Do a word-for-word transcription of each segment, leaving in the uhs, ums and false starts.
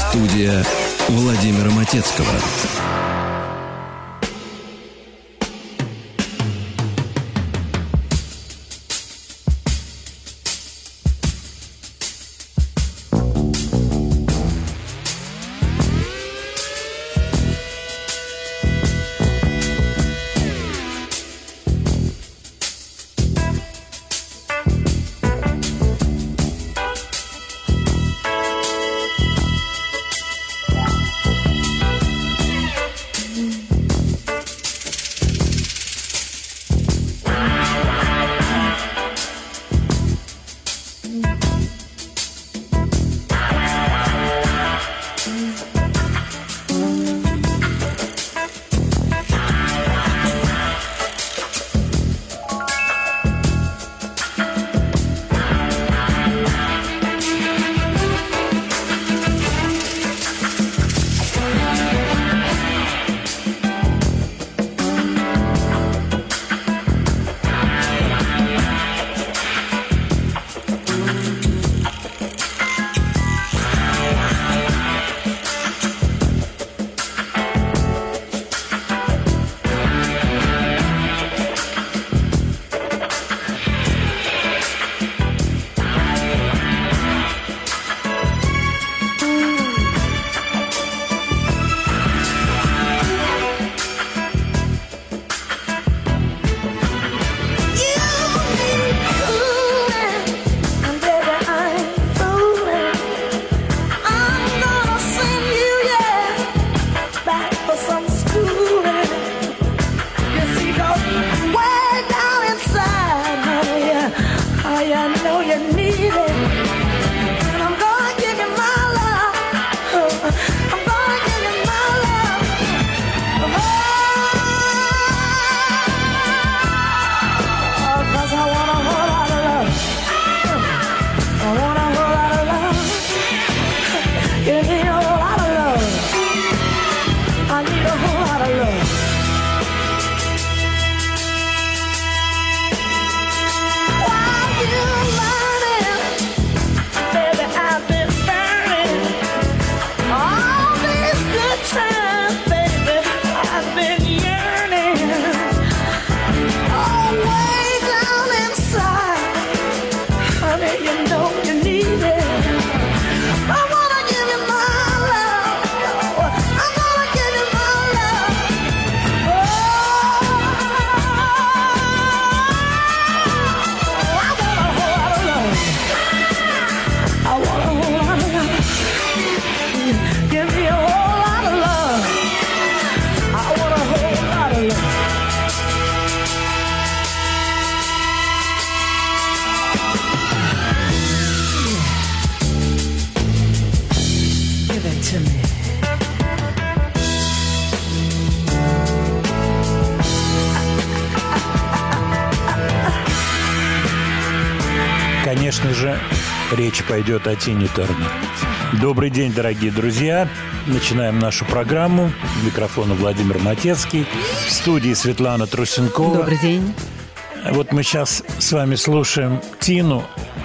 Студия Владимира Матецкого. Конечно же, речь пойдет о Тине Тернер. Добрый день, дорогие друзья. Начинаем нашу программу. У микрофона Владимир Матецкий. В студии Светлана Трусенкова. Добрый день. Вот мы сейчас с вами слушаем Тину.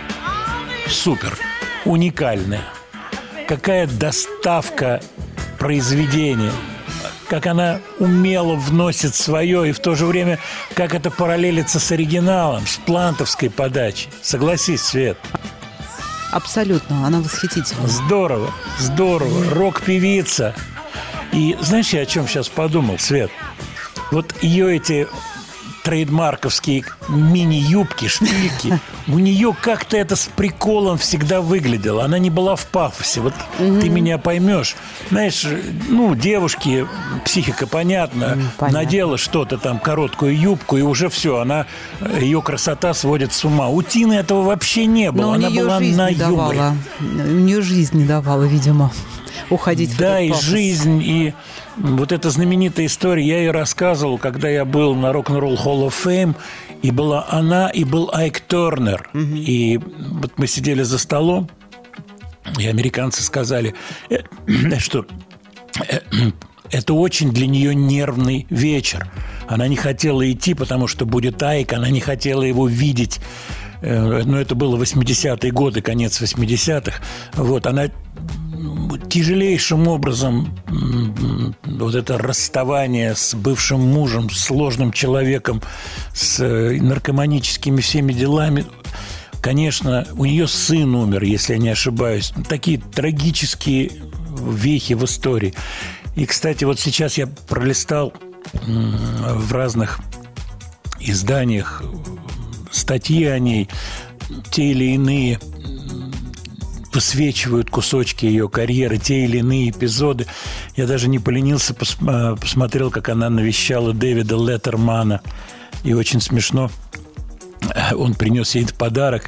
Супер. Уникальная. Какая доставка произведения. Как она умело вносит свое, и в то же время, как это параллелится с оригиналом, с плантовской подачей. Согласись, Свет? Абсолютно, она восхитительна. Здорово, здорово. Рок-певица. И знаешь, я о чем сейчас подумал, Свет? Вот ее эти трейдмарковские мини-юбки, шпильки, у нее как-то это с приколом всегда выглядело. Она не была в пафосе. Вот mm-hmm. ты меня поймешь. Знаешь, ну, девушки, психика, понятно, mm, надела что-то там, короткую юбку, и уже все, она, ее красота сводит с ума. У Тины этого вообще не было. Но она была на юморе. У нее жизнь не давала, видимо, уходить в да, этот и пафос. жизнь, и вот эта знаменитая история, я ее рассказывал, когда я был на Rock-and-Roll Hall of Fame, и была она, и был Айк Тернер. Mm-hmm. И вот мы сидели за столом, и американцы сказали, что это очень для нее нервный вечер. Она не хотела идти, потому что будет Айк, она не хотела его видеть. Но это было восьмидесятые годы, конец восьмидесятых. Вот, она тяжелейшим образом вот это расставание с бывшим мужем, с сложным человеком, с наркоманическими всеми делами. Конечно, у нее сын умер, если я не ошибаюсь. Такие трагические вехи в истории. И, кстати, вот сейчас я пролистал в разных изданиях статьи о ней, те или иные высвечивают кусочки ее карьеры, те или иные эпизоды. Я даже не поленился, пос- посмотрел, как она навещала Дэвида Леттермана. И очень смешно, он принес ей в подарок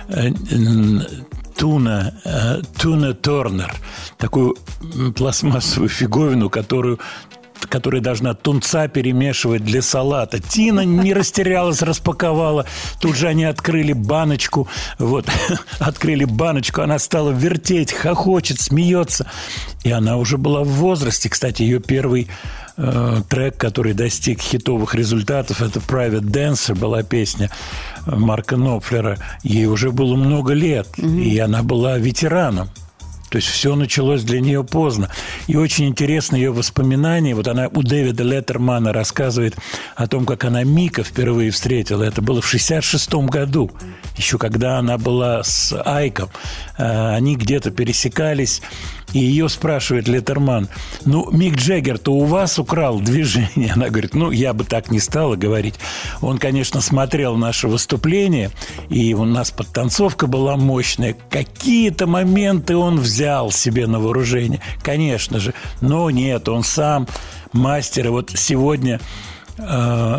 Туна, Туна Торнер, такую пластмассовую фиговину, которую которая должна тунца перемешивать для салата. Тина не растерялась, распаковала. Тут же они открыли баночку. Вот, открыли баночку. Она стала вертеть, хохочет, смеется. И она уже была в возрасте. Кстати, ее первый э, трек, который достиг хитовых результатов, это «Private Dancer», была песня Марка Knopfler. Ей уже было много лет. Mm-hmm. И она была ветераном. То есть все началось для нее поздно. И очень интересно ее воспоминания. Вот она у Дэвида Леттермана рассказывает о том, как она Мика впервые встретила. Это было в шестьдесят шестом году. Еще когда она была с Айком. Они где-то пересекались. И ее спрашивает Леттерман: ну, Мик Джаггер-то у вас украл движение? Она говорит: ну, я бы так не стала говорить. Он, конечно, смотрел наше выступление, и у нас подтанцовка была мощная. Какие-то моменты он взял себе на вооружение, конечно же. Но нет, он сам мастер. И вот сегодня э,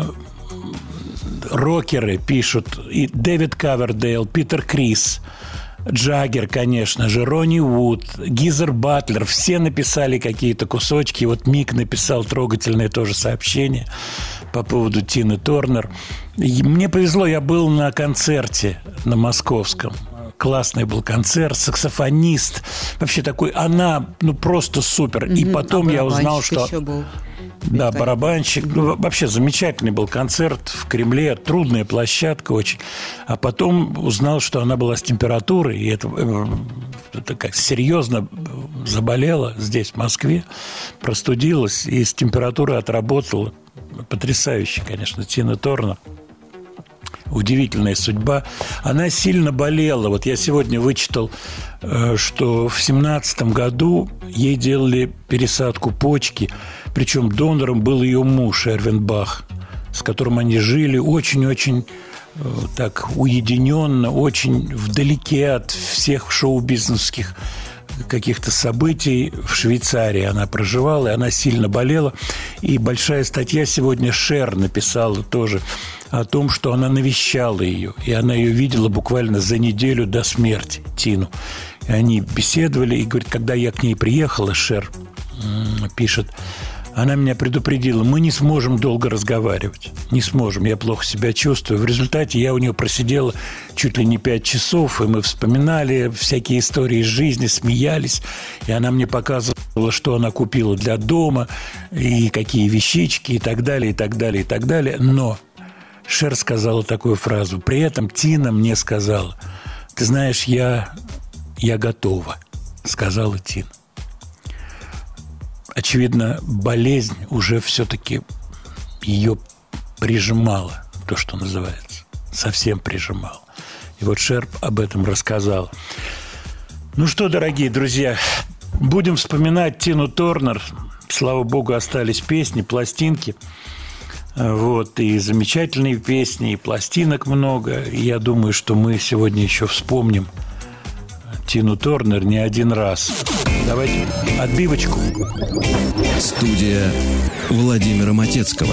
рокеры пишут, и Дэвид Ковердейл, Питер Крис, Джаггер, конечно же, Ронни Вуд, Гизер Батлер, все написали какие-то кусочки. Вот Мик написал трогательное тоже сообщение по поводу Тины Торнер. И мне повезло, я был на концерте на Московском. Классный был концерт, саксофонист. Вообще такой, она, ну, просто супер. И mm-hmm. потом а я узнал, что... Еще был. Да, барабанщик. Ну, вообще замечательный был концерт в Кремле. Трудная площадка очень. А потом узнал, что она была с температурой. И это, это как серьезно заболела здесь, в Москве. Простудилась и с температурой отработала. Потрясающе, конечно, Тина Торнер. Удивительная судьба. Она сильно болела. Вот я сегодня вычитал, что в семнадцатом году ей делали пересадку почки. Причем донором был ее муж Эрвин Бах, с которым они жили очень-очень так уединенно, очень вдалеке от всех шоу-бизнесских каких-то событий. В Швейцарии она проживала, и она сильно болела. И большая статья сегодня Шер написала тоже о том, что она навещала ее, и она ее видела буквально за неделю до смерти, Тину. И они беседовали, и говорит, когда я к ней приехала, Шер пишет, она меня предупредила, мы не сможем долго разговаривать, не сможем, я плохо себя чувствую. В результате я у нее просидела чуть ли не пять часов, и мы вспоминали всякие истории из жизни, смеялись, и она мне показывала, что она купила для дома, и какие вещички, и так далее, и так далее, и так далее. Но Шер сказала такую фразу, при этом Тина мне сказала, ты знаешь, я, я готова, сказала Тина. Очевидно, болезнь уже все-таки ее прижимала, то, что называется, совсем прижимала. И вот Шер об этом рассказал. Ну что, дорогие друзья, будем вспоминать Тину Торнер. Слава богу, остались песни, пластинки. Вот, и замечательные песни, и пластинок много. И я думаю, что мы сегодня еще вспомним Тину Торнер не один раз. Давайте отбивочку. Студия Владимира Матецкого.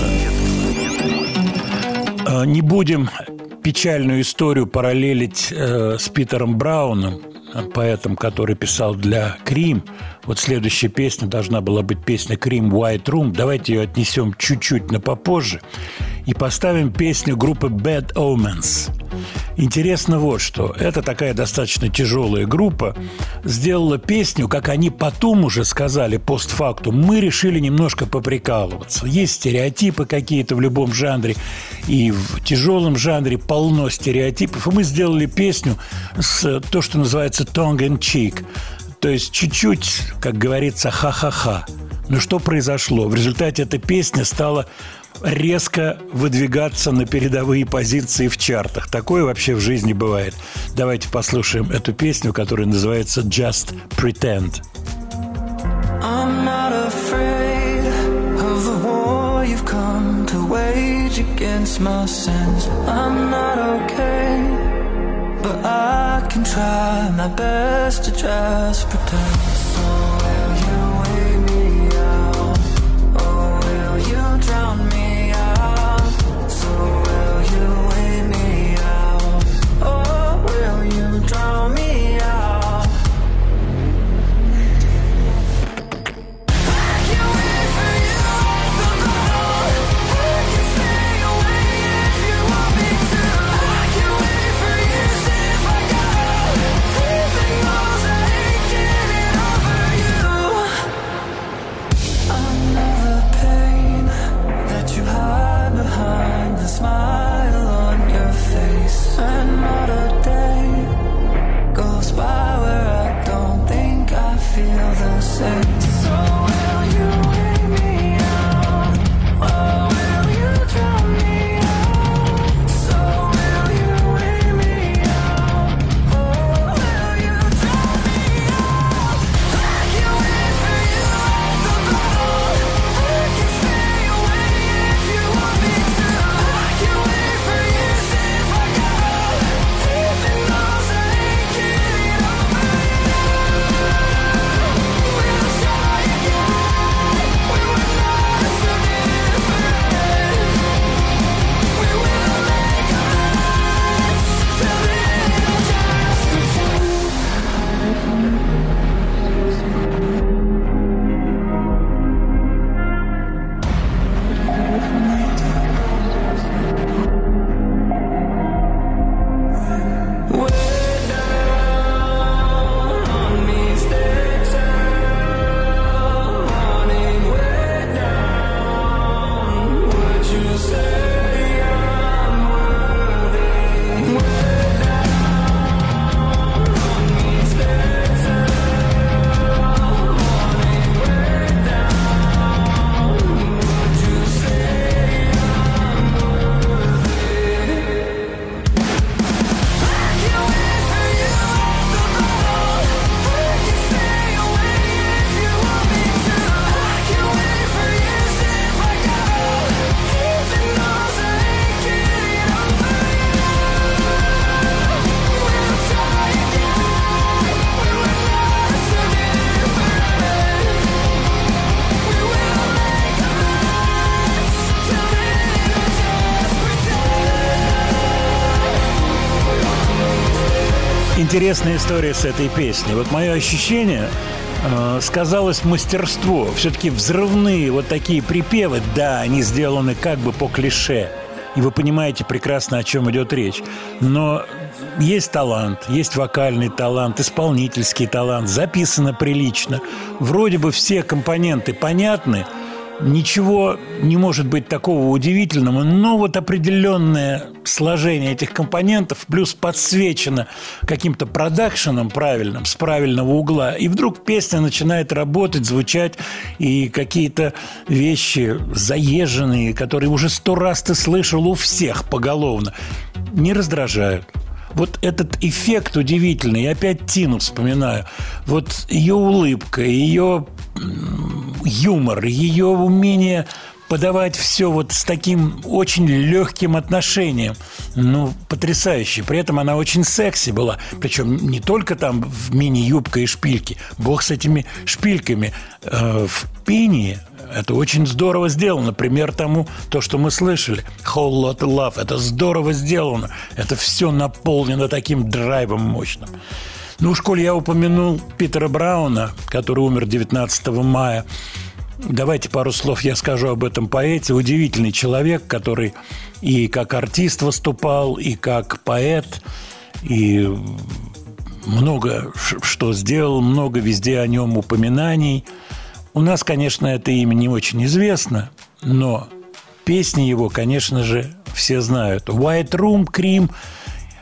Не будем печальную историю параллелить э, с Питером Брауном, поэтом, который писал для Cream. Вот следующая песня должна была быть песня Cream White Room. Давайте ее отнесем чуть-чуть на попозже и поставим песню группы Bad Omens. Интересно вот что. Это такая достаточно тяжелая группа. Сделала песню, как они потом уже сказали, постфактум. Мы решили немножко поприкалываться. Есть стереотипы какие-то в любом жанре. И в тяжелом жанре полно стереотипов. И мы сделали песню с то, что называется tongue in cheek. То есть чуть-чуть, как говорится, ха-ха-ха. Но что произошло? В результате эта песня стала резко выдвигаться на передовые позиции в чартах. Такое вообще в жизни бывает. Давайте послушаем эту песню, которая называется «Just Pretend». I'm not afraid of the war you've come to wage against my sins. I'm not okay, but I can try my best to just pretend. So will you weigh me out? Or will you drown me out? So will you weigh me out? Or will you drown me out? I can wait for you at the bottom. I can stay away if you want me to. I can wait for years if I gotta. Even knows I ain't getting over you. Another pain that you hide behind the smile on your face. And not a day goes by where I don't think I feel the same. So will you weigh me out? Or will you drown me out? So will you weigh me out? Or will you drown me out? I can wait for you at the bottom. I can stay away if you want me to. I can wait for years if I gotta. Even knows I ain't getting over you. We'll try again. We were not so different. We will make amends. Till then I'll just pretend. Way down on me, stay down, morning, way down. Would you say I'm worthy? Way down on me, stay down, morning, way down. Would you say I'm worthy? I can wait for you at the bottom. I can stay away if you want me to. I can wait for years if I gotta. Even knows I ain't getting over you. We'll try again. We were not so different. We will make amends. Till then I'll just pretend. Интересная история с этой песней. Вот мое ощущение, э, сказалось мастерство. Все-таки взрывные вот такие припевы, да, они сделаны как бы по клише. И вы понимаете прекрасно, о чем идет речь. Но есть талант, есть вокальный талант, исполнительский талант, записано прилично. Вроде бы все компоненты понятны, ничего не может быть такого удивительного, но вот определенное сложение этих компонентов плюс подсвечено каким-то продакшеном правильным, с правильного угла, и вдруг песня начинает работать, звучать, и какие-то вещи заезженные, которые уже сто раз ты слышал у всех поголовно, не раздражают. Вот этот эффект удивительный. Я опять Тину вспоминаю. Вот ее улыбка, ее юмор, ее умение подавать все вот с таким очень легким отношением. Ну, потрясающе. При этом она очень секси была. Причем не только там в мини-юбке и шпильке. Бог с этими шпильками. Э, в пении это очень здорово сделано. Пример тому, то, что мы слышали. Whole Lot of Love. Это здорово сделано. Это все наполнено таким драйвом мощным. Ну уж, коль я упомянул Питера Брауна, который умер девятнадцатого мая, давайте пару слов я скажу об этом поэте. Удивительный человек, который и как артист выступал, и как поэт, и много что сделал, много везде о нем упоминаний. У нас, конечно, это имя не очень известно, но песни его, конечно же, все знают. White Room, Cream.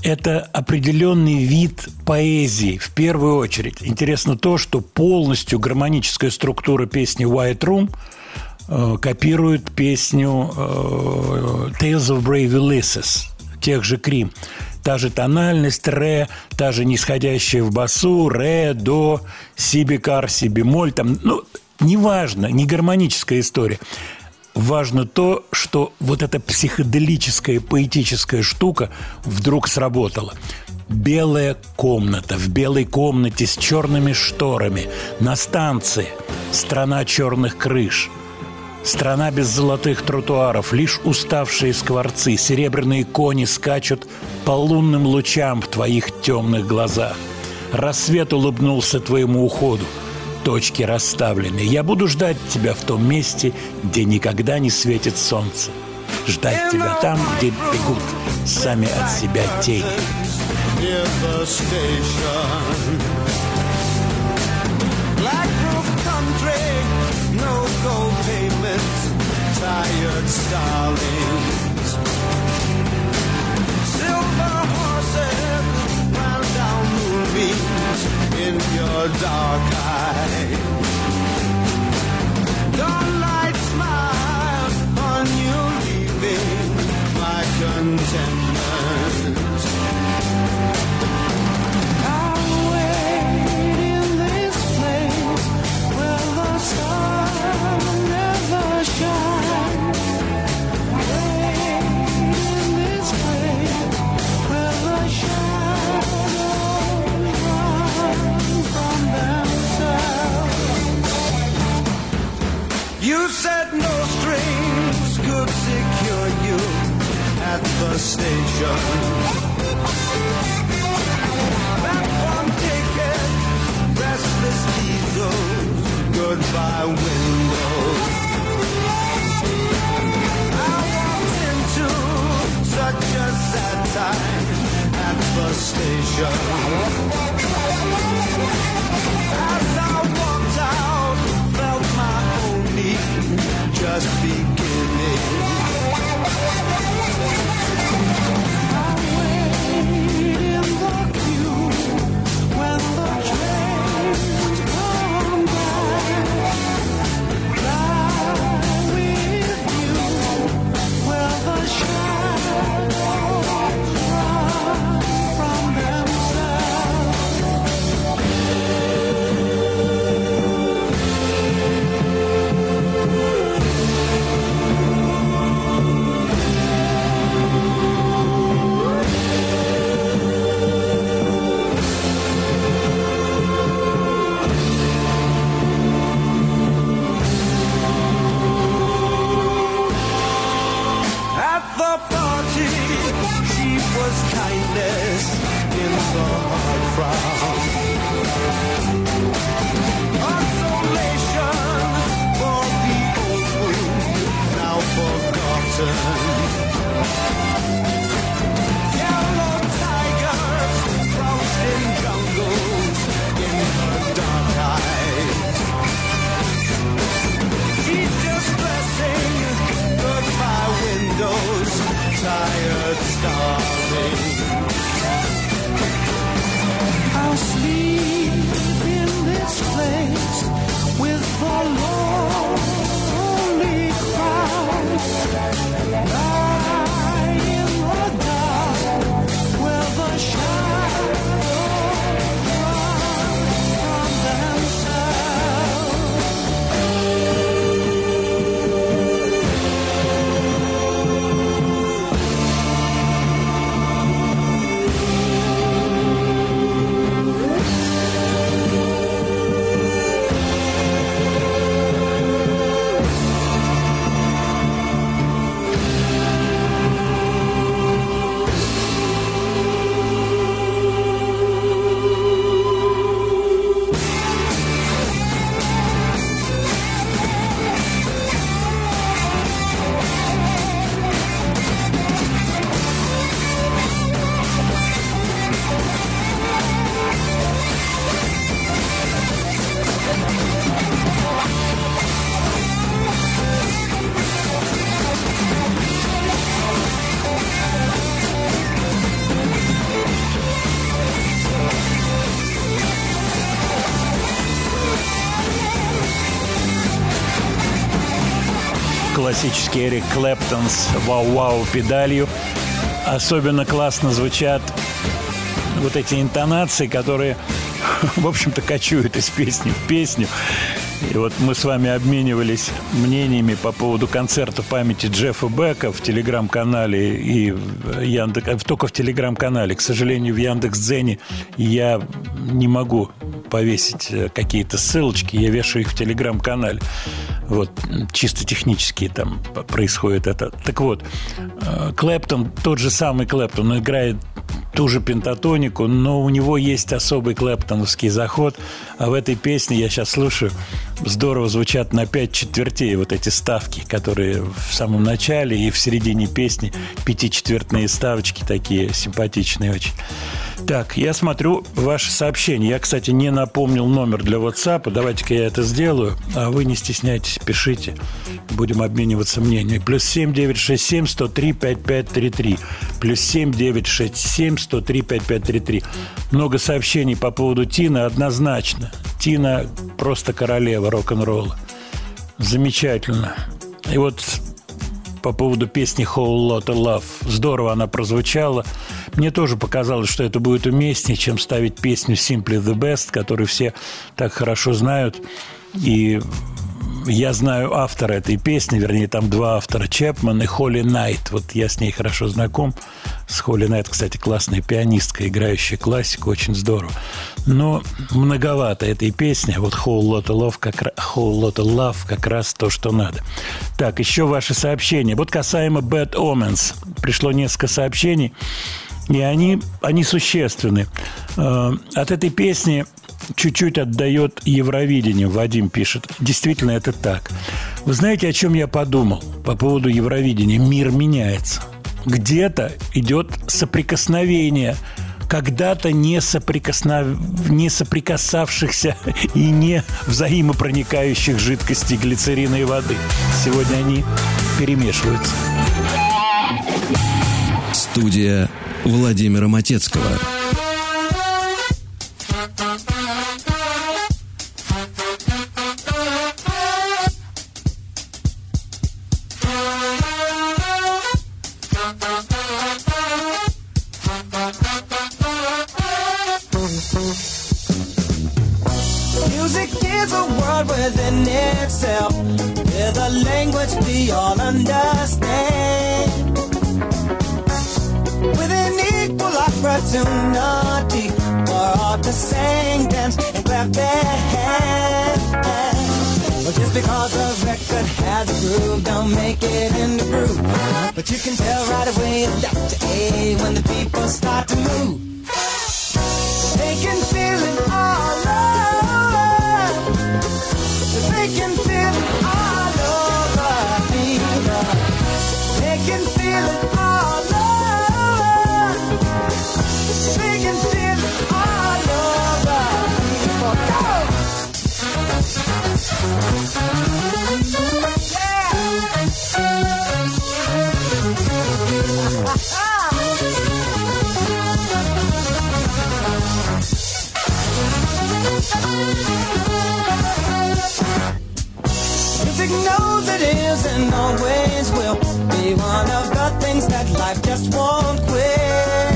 это определенный вид поэзии, в первую очередь. Интересно то, что полностью гармоническая структура песни «White Room» э, копирует песню э, «Tales of Brave Ulysses», тех же «Крим». Та же тональность ре, та же нисходящая в басу, ре, до, си бикар, си бемоль. Там, ну, неважно, не гармоническая история. Важно то, что вот эта психоделическая, поэтическая штука вдруг сработала. Белая комната, в белой комнате с черными шторами, на станции, страна черных крыш. Страна без золотых тротуаров, лишь уставшие скворцы, серебряные кони скачут по лунным лучам в твоих темных глазах. Рассвет улыбнулся твоему уходу, точки расставлены. Я буду ждать тебя в том месте, где никогда не светит солнце. Ждать тебя там, где бегут сами от себя тени. No gold pavement, tired starlings, silver horses, round down moonbeams in your dark eyes. Dawnlight smile on you leaving my contentment. I'll wait in this place where the stars never shine. Wait in this place where the shadows run from themselves. You said no strings could secure you at the station. That one ticket, restless diesels, goodbye windows. I walked into such a sad time at the station. As I walked out, felt my own need just beginning. I wait in the queue when the trains come back. Fly with you where the shadows run from At the party, she was kindness in the hard crowd. Consolation for the old wound, now forgotten. Yellow tigers crouched in jungles in her dark eyes. She's just dressing goodbye windows, tired starving. I классический Эрик Клэптон с «Вау-вау» педалью. Особенно классно звучат вот эти интонации, которые, в общем-то, кочуют из песни в песню. И вот мы с вами обменивались мнениями по поводу концерта памяти Джеффа Бека в Телеграм-канале и в Яндекс... только в Телеграм-канале. К сожалению, в Яндекс.Дзене я не могу повесить какие-то ссылочки, я вешаю их в Телеграм-канале. Вот, чисто технически там происходит это. Так вот, Клэптон, тот же самый Клэптон, он играет ту же пентатонику, но у него есть особый клэптоновский заход. А в этой песне, я сейчас слушаю, здорово звучат на пять четвертей вот эти ставки, которые в самом начале и в середине песни. Пятичетвертные ставочки такие симпатичные очень. Так, я смотрю ваши сообщения. Я, кстати, не напомнил номер для WhatsApp. Давайте-ка я это сделаю. А вы не стесняйтесь, пишите. Будем обмениваться мнениями. Плюс семь девять шесть семь сто три пять пять три три. Плюс семь девять шесть семь сто три пять пять три три. Много сообщений по поводу Тины. Однозначно. Тина просто королева рок-н-ролла. Замечательно. И вот по поводу песни «Whole Lotta Love». Здорово она прозвучала. Мне тоже показалось, что это будет уместнее, чем ставить песню «Simply the Best», которую все так хорошо знают. И я знаю автора этой песни, вернее, там два автора, Чепман и Холли Найт. Вот я с ней хорошо знаком. С Холли Найт, кстати, классная пианистка, играющая классику, очень здорово. Но многовато этой песни. Вот «Whole Lotta Love» как, «Whole Lotta Love» как раз то, что надо. Так, еще ваши сообщения. Вот касаемо «Bad Omens». Пришло несколько сообщений, и они, они существенны. От этой песни чуть-чуть отдает Евровидению, Вадим пишет. Действительно, это так. Вы знаете, о чем я подумал по поводу Евровидения? Мир меняется. Где-то идет соприкосновение когда-то не, соприкоснов... не соприкасавшихся и не взаимопроникающих жидкостей глицерина и воды. Сегодня они перемешиваются. Студия Владимира Матецкого. Music is a world within itself, with a language we all understand, with an equal opportunity for all to sing, dance, and clap their hands. Well, just because a record has a groove, don't make it in the groove. But you can tell right away left to A when the people start to move. They can feel it all over. They can feel it all over people. They can feel it all over. They can feel it all over people. Go! Music knows it is and always will be one of the things that life just won't quit.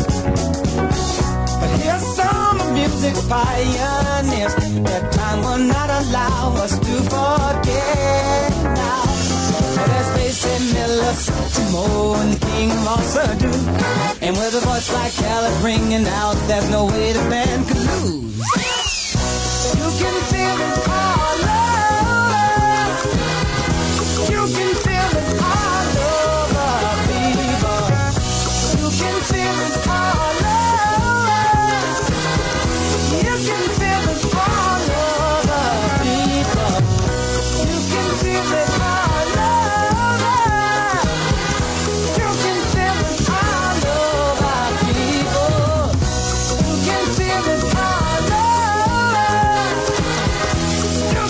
But here's some of music's pioneers that time will not allow us to forget now. There's Basie Miller, Timo, and the king of all Surdo. And with a voice like Alice ringing out, there's no way the band can lose. You can feel it all over. You can feel it all over, people. You can feel it all over. You can feel it all over, people. You can feel it all over. You can feel it all over, people. You can feel it all over. You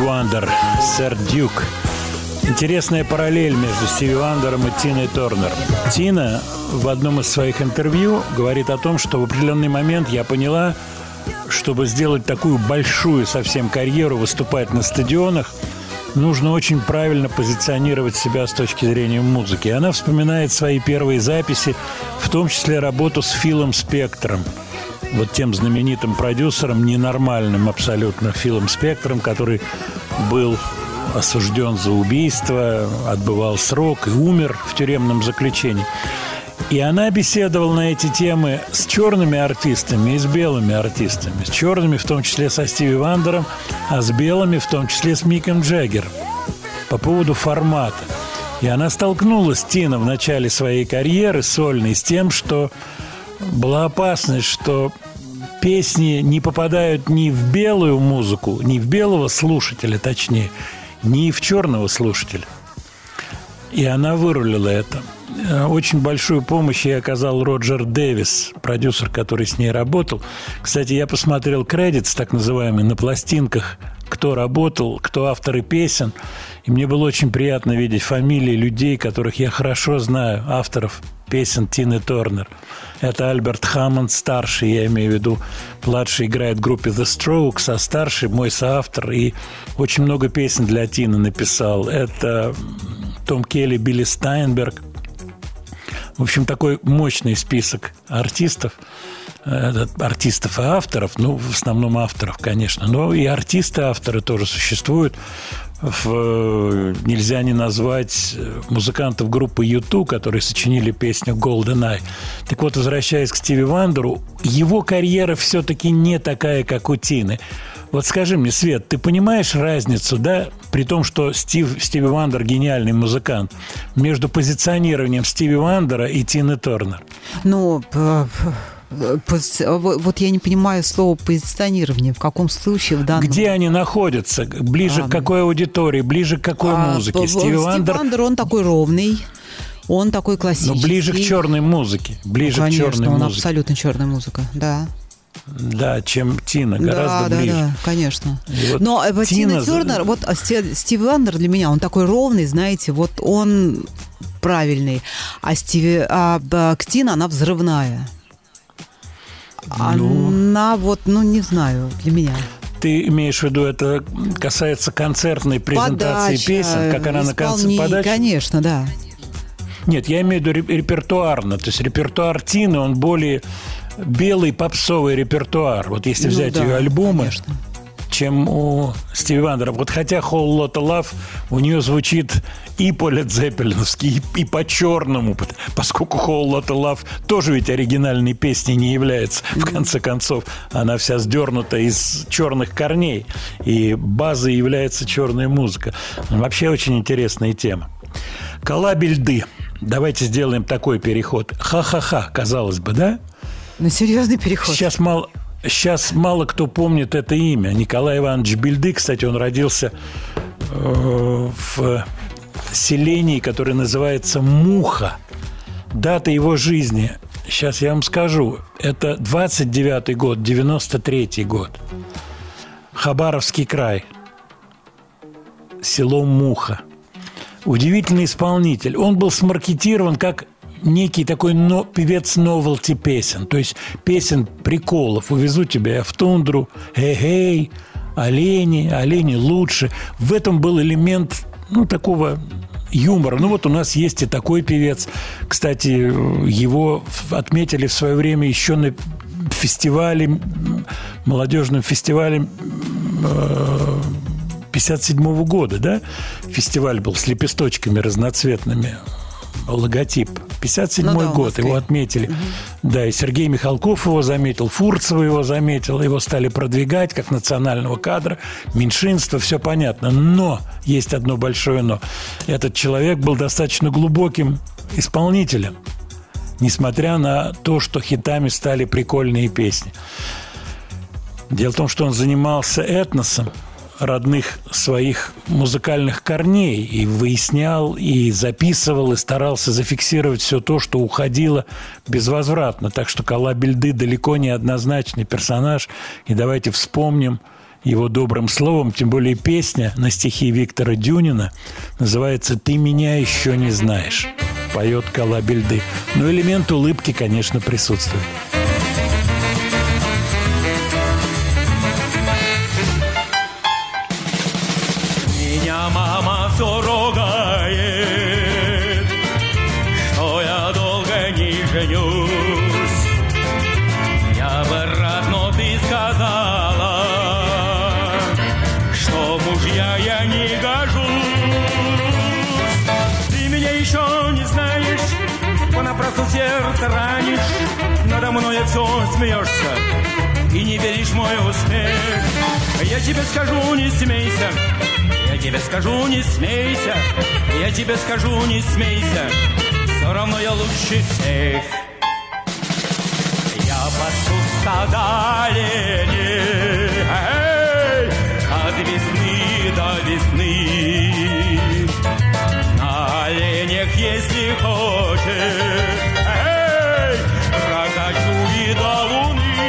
Вандер, сэр Дюк. Интересная параллель между Стиви Вандером и Тиной Тернер. Тина в одном из своих интервью говорит о том, что в определенный момент я поняла, чтобы сделать такую большую совсем карьеру, выступать на стадионах, нужно очень правильно позиционировать себя с точки зрения музыки. Она вспоминает свои первые записи, в том числе работу с Филом Спектором, вот тем знаменитым продюсером, ненормальным абсолютно Филом Спектором, который был осужден за убийство, отбывал срок и умер в тюремном заключении. И она беседовала на эти темы с черными артистами и с белыми артистами. С черными, в том числе со Стиви Вандером, а с белыми, в том числе с Миком Джаггером, по поводу формата. И она столкнулась, Тина, в начале своей карьеры сольной с тем, что была опасность, что песни не попадают ни в белую музыку, ни в белого слушателя, точнее, ни в черного слушателя. И она вырулила это. Очень большую помощь ей оказал Роджер Дэвис, продюсер, который с ней работал. Кстати, я посмотрел кредитс, так называемые, на пластинках, кто работал, кто авторы песен. И мне было очень приятно видеть фамилии людей, которых я хорошо знаю, авторов песен Тины Тернер. Это Альберт Хаммонд, старший, я имею в виду, младший играет в группе The Strokes, а старший мой соавтор и очень много песен для Тины написал. Это Том Келли, Билли Стайнберг. В общем, такой мощный список артистов, артистов и авторов, ну, в основном авторов, конечно, но и артисты-авторы тоже существуют. В, нельзя не назвать музыкантов группы ю ту, которые сочинили песню «Golden Eye». Так вот, возвращаясь к Стиви Вандеру, его карьера все-таки не такая, как у Тины. Вот скажи мне, Свет, ты понимаешь разницу, да, при том, что Стив, Стиви Вандер гениальный музыкант, между позиционированием Стиви Вандера и Тины Тернер? Ну, вот я не понимаю слово позиционирование. В каком случае в данном... Где они находятся? Ближе а, к какой аудитории? Ближе к какой а, музыке? Стиви Вандер... Вандер, он такой ровный. Он такой классический. Но ближе к черной музыке. Ближе, ну, конечно, к черной он музыке. Абсолютно черная музыка, да. Да, чем Тина, гораздо да, ближе. Да, да, конечно. Вот но Тина Тина Тернер, вот Стиви Вандер для меня, он такой ровный, знаете, вот он правильный. А Стиви, а, а Тина, она взрывная. Ну, она вот, ну, не знаю, для меня. Ты имеешь в виду, это касается концертной презентации подача, песен, как она на концерте подача? Конечно, да. Нет, я имею в виду репертуарно. То есть репертуар Тины, он более белый попсовый репертуар. Вот если взять ну, да, ее альбомы, конечно, чем у Стиви Вандера. Вот хотя «Whole Lotta Love» у нее звучит и по-ледзеппелиновски, и, и по-черному, поскольку «Whole Lotta Love» тоже ведь оригинальной песней не является. В конце концов, она вся сдернута из черных корней, и базой является черная музыка. Вообще очень интересная тема. Калаби льды. Давайте сделаем такой переход. Ха-ха-ха, казалось бы, да? Ну, серьезный переход. Сейчас мало... Сейчас мало кто помнит это имя. Николай Иванович Бельды, кстати, он родился э, в селении, которое называется Муха. Дата его жизни, сейчас я вам скажу, это двадцать девятый год, девяносто третий год. Хабаровский край. Село Муха. Удивительный исполнитель. Он был смаркетирован как некий такой но, певец новелти песен, то есть песен приколов. «Увезу тебя в тундру», «Эй-эй», «Олени», «Олени лучше». В этом был элемент, ну, такого юмора. Ну, вот у нас есть и такой певец. Кстати, его отметили в свое время еще на фестивале, молодежном фестивале пятьдесят седьмого года, да? Фестиваль был с лепесточками разноцветными. Логотип. пятьдесят седьмой ну, да, год, его отметили. Угу. Да, и Сергей Михалков его заметил, Фурцева его заметил, его стали продвигать как национального кадра, меньшинство, все понятно. Но есть одно большое но. Этот человек был достаточно глубоким исполнителем, несмотря на то, что хитами стали прикольные песни. Дело в том, что он занимался этносом родных своих музыкальных корней и выяснял, и записывал, и старался зафиксировать все то, что уходило безвозвратно. Так что Калаби льды далеко не однозначный персонаж. И давайте вспомним его добрым словом, тем более песня на стихи Виктора Дюнина называется «Ты меня еще не знаешь», поет Колыбельды. Но элемент улыбки, конечно, присутствует. Меня мама все ругает, что я долго не женюсь. Я бы рад, но ты сказала, что мужья я не гожусь. Ты меня еще не знаешь, понапрасну сердце ранишь, надо мной все смеешься и не веришь в мой успех. Я тебе скажу, не смейся, я тебе скажу, не смейся, я тебе скажу, не смейся, все равно я лучше всех. Я пасу стада оленей, эй, от весны до весны. На оленях, если хочешь, эй, прокачу и до луны.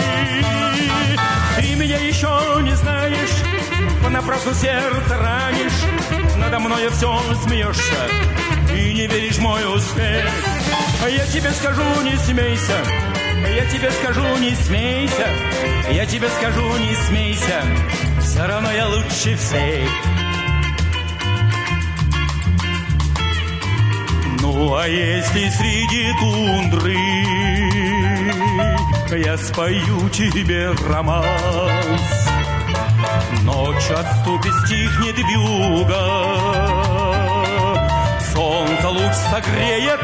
Ты меня еще не знаешь, понапрасну сердце ранишь, надо мною все смеешься и не веришь в мой успех. Я тебе скажу, не смейся, я тебе скажу, не смейся, я тебе скажу, не смейся, все равно я лучше всех. Ну а если среди тундры я спою тебе романс, ночь отступит, стихнет вьюга, солнце луч согреет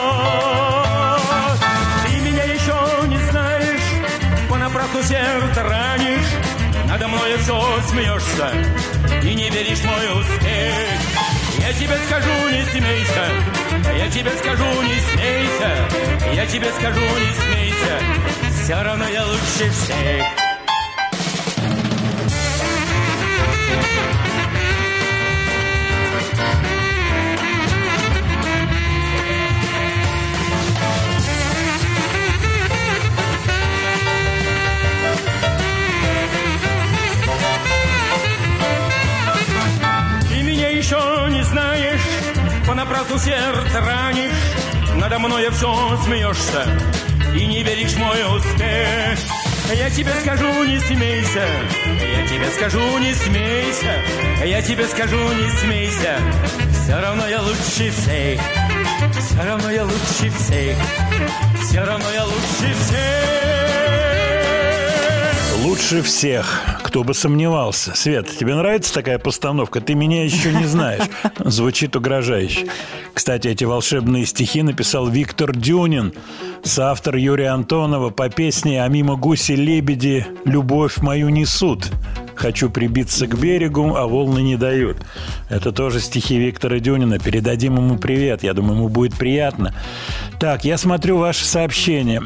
нас. Ты меня еще не знаешь, понапрасну сердце ранишь, надо мною все смеешься и не веришь в мой успех. Я тебе скажу, не смейся, я тебе скажу, не смейся, я тебе скажу, не смейся, все равно я лучше всех. Понапрасну сердце ранишь, надо мною все смеешься и не веришь в мой успех. Я тебе скажу, не смейся, я тебе скажу, не смейся, я тебе скажу, не смейся, все равно я лучше всех, все равно я лучше всех, все равно я лучше всех. Лучше всех. Кто бы сомневался. Свет, тебе нравится такая постановка? Ты меня еще не знаешь. Звучит угрожающе. Кстати, эти волшебные стихи написал Виктор Дюнин, соавтор Юрия Антонова по песне «А мимо гуси-лебеди любовь мою несут. Хочу прибиться к берегу, а волны не дают». Это тоже стихи Виктора Дюнина. Передадим ему привет. Я думаю, ему будет приятно. Так, я смотрю ваши сообщения.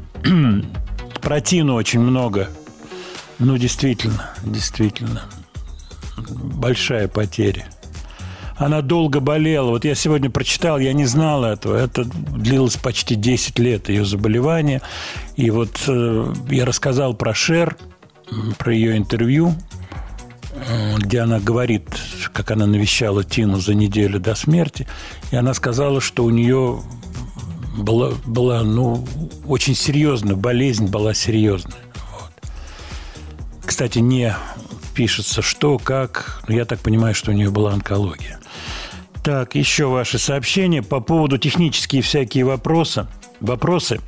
Про Тину очень много. Ну, действительно, действительно. Большая потеря. Она долго болела. Вот я сегодня прочитал, я не знал этого. Это длилось почти десять лет, ее заболевание. И вот э, я рассказал про Шер, про ее интервью, э, где она говорит, как она навещала Тину за неделю до смерти. И она сказала, что у нее была, была ну, очень серьезная болезнь, была серьезная. Кстати, не пишется, что, как. Я так понимаю, что у нее была онкология. Так, еще ваши сообщения по поводу технические всякие вопросы. Вопросы.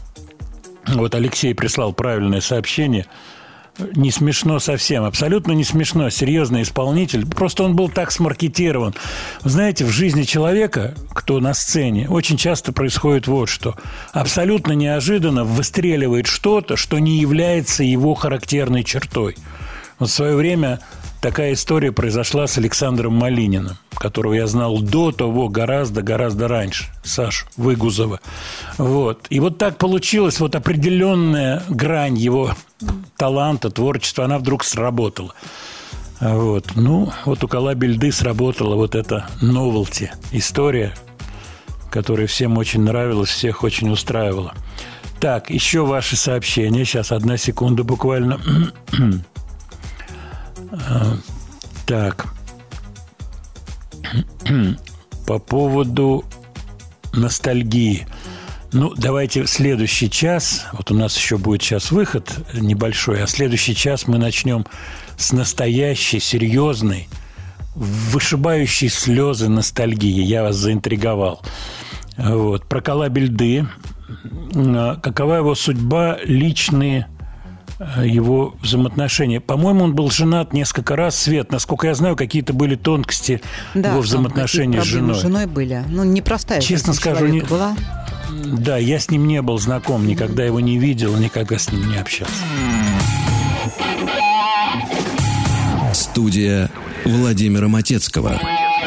Вот Алексей прислал правильное сообщение. Не смешно совсем. Абсолютно не смешно. Серьезный исполнитель. Просто он был так смаркетирован. Вы знаете, в жизни человека, кто на сцене, очень часто происходит вот что. Абсолютно неожиданно выстреливает что-то, что не является его характерной чертой. Вот в свое время такая история произошла с Александром Малининым, которого я знал до того гораздо-гораздо раньше, Сашу Выгузова. Вот. И вот так получилось, вот определенная грань его таланта, творчества, она вдруг сработала. Вот. Ну, вот у Колыбельды сработала вот эта новелти, история, которая всем очень нравилась, всех очень устраивала. Так, еще ваши сообщения. Сейчас, одна секунда буквально. Так. По поводу ностальгии. Ну, давайте в следующий час, вот у нас еще будет сейчас выход небольшой, а следующий час мы начнем с настоящей, серьезной, вышибающей слезы ностальгии. Я вас заинтриговал. Вот. Про Калабель-Ды. Какова его судьба, личные его взаимоотношения. По-моему, он был женат несколько раз. Свет, насколько я знаю, какие-то были тонкости да, его взаимоотношений с женой. с женой были. Ну, непростая Честно скажу, не... была. Да, я с ним не был знаком, никогда его не видел, никогда с ним не общался. Студия Владимира Матецкого.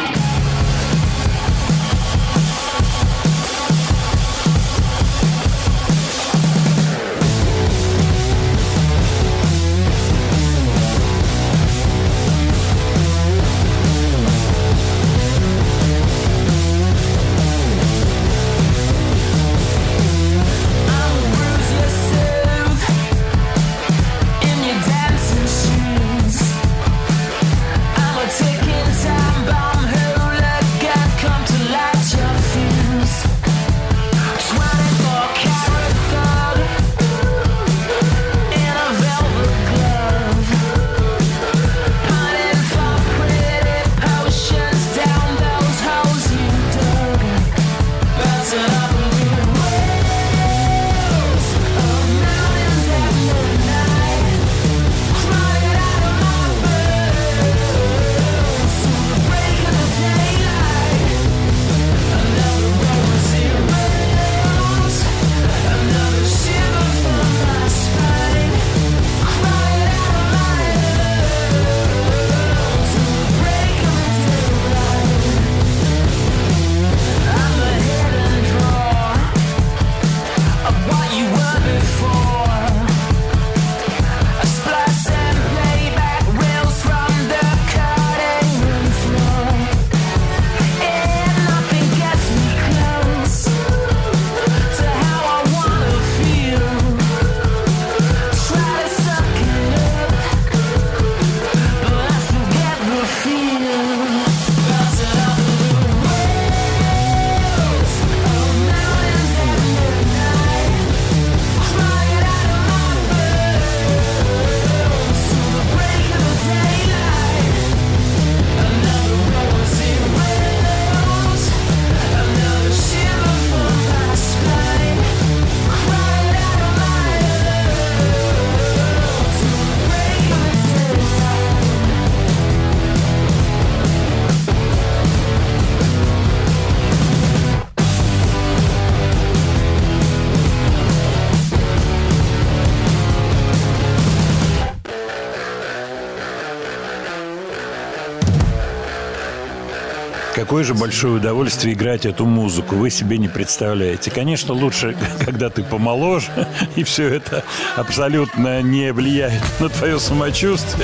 Какое же большое удовольствие играть эту музыку, вы себе не представляете. Конечно, лучше, когда ты помоложе, и все это абсолютно не влияет на твое самочувствие.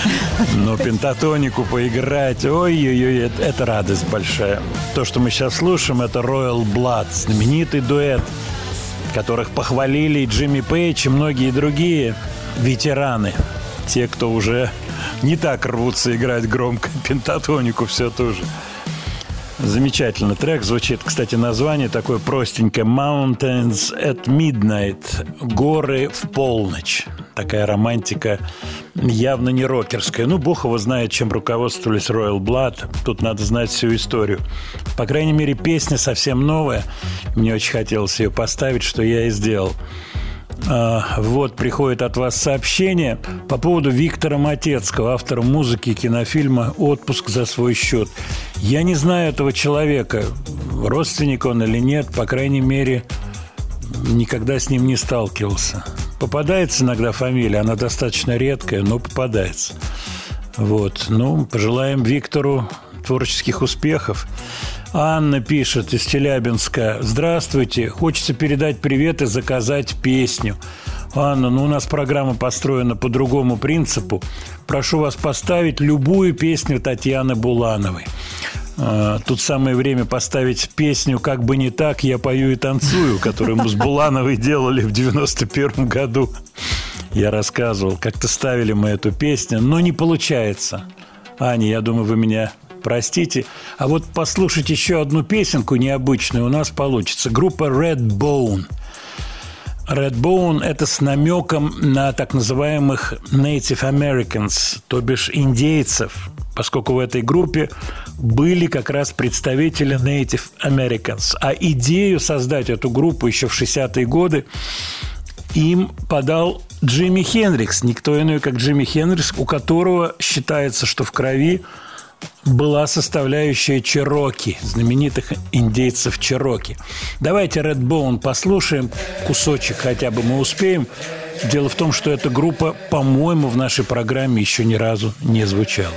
Но пентатонику поиграть, ой-ой-ой, это, это радость большая. То, что мы сейчас слушаем, это Royal Blood, знаменитый дуэт, которых похвалили и Джимми Пейдж, и многие другие ветераны. Те, кто уже не так рвутся играть громко пентатонику, все ту же. Замечательно. Трек звучит, кстати, название такое простенькое: Mountains at Midnight. Горы в полночь. Такая романтика явно не рокерская. Ну, бог его знает, чем руководствовались Royal Blood. Тут надо знать всю историю. По крайней мере, песня совсем новая. Мне очень хотелось ее поставить, что я и сделал. Вот приходит от вас сообщение по поводу Виктора Матецкого, автора музыки и кинофильма «Отпуск за свой счет». Я не знаю этого человека, родственник он или нет, по крайней мере, никогда с ним не сталкивался. Попадается иногда фамилия, она достаточно редкая, но попадается. Вот, ну, пожелаем Виктору творческих успехов. Анна пишет из Челябинска: здравствуйте, хочется передать привет и заказать песню. Анна, ну у нас программа построена по другому принципу. Прошу вас поставить любую песню Татьяны Булановой. Тут самое время поставить песню «Как бы не так, я пою и танцую», которую мы с Булановой делали в девяносто первом году. я рассказывал, как-то ставили мы эту песню, но не получается. Аня, я думаю, вы меня простите. А вот послушать еще одну песенку необычную у нас получится. Группа Redbone. Redbone – это с намеком на так называемых Native Americans, то бишь индейцев, поскольку в этой группе были как раз представители Native Americans. А идею создать эту группу еще в шестидесятые годы им подал Джимми Хендрикс, никто иной, как Джимми Хендрикс, у которого считается, что в крови была составляющая чероки, знаменитых индейцев чероки. Давайте Redbone послушаем, кусочек хотя бы мы успеем. Дело в том, что эта группа, по-моему, в нашей программе еще ни разу не звучала.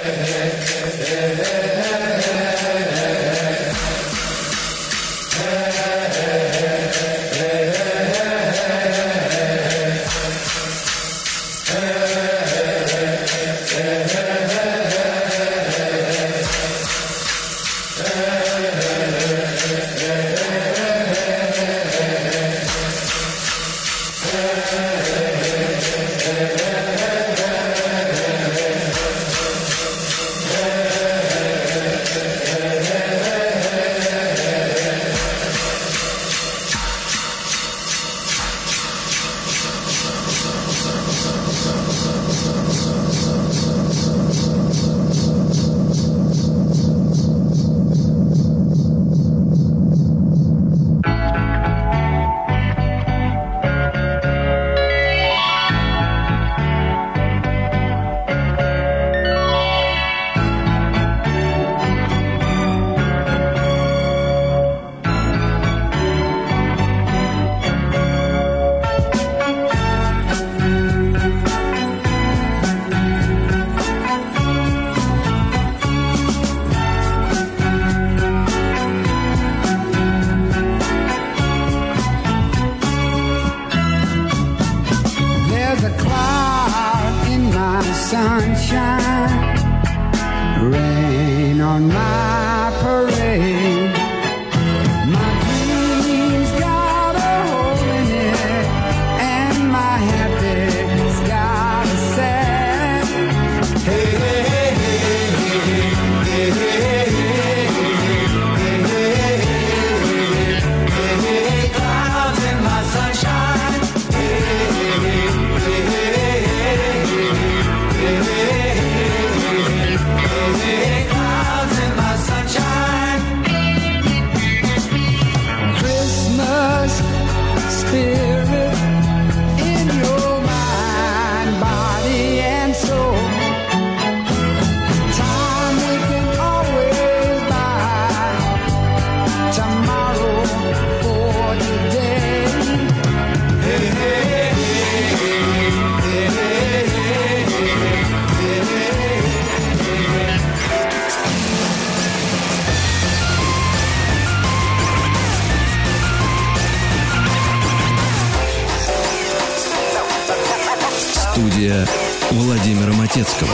Студия Владимира Матецкого.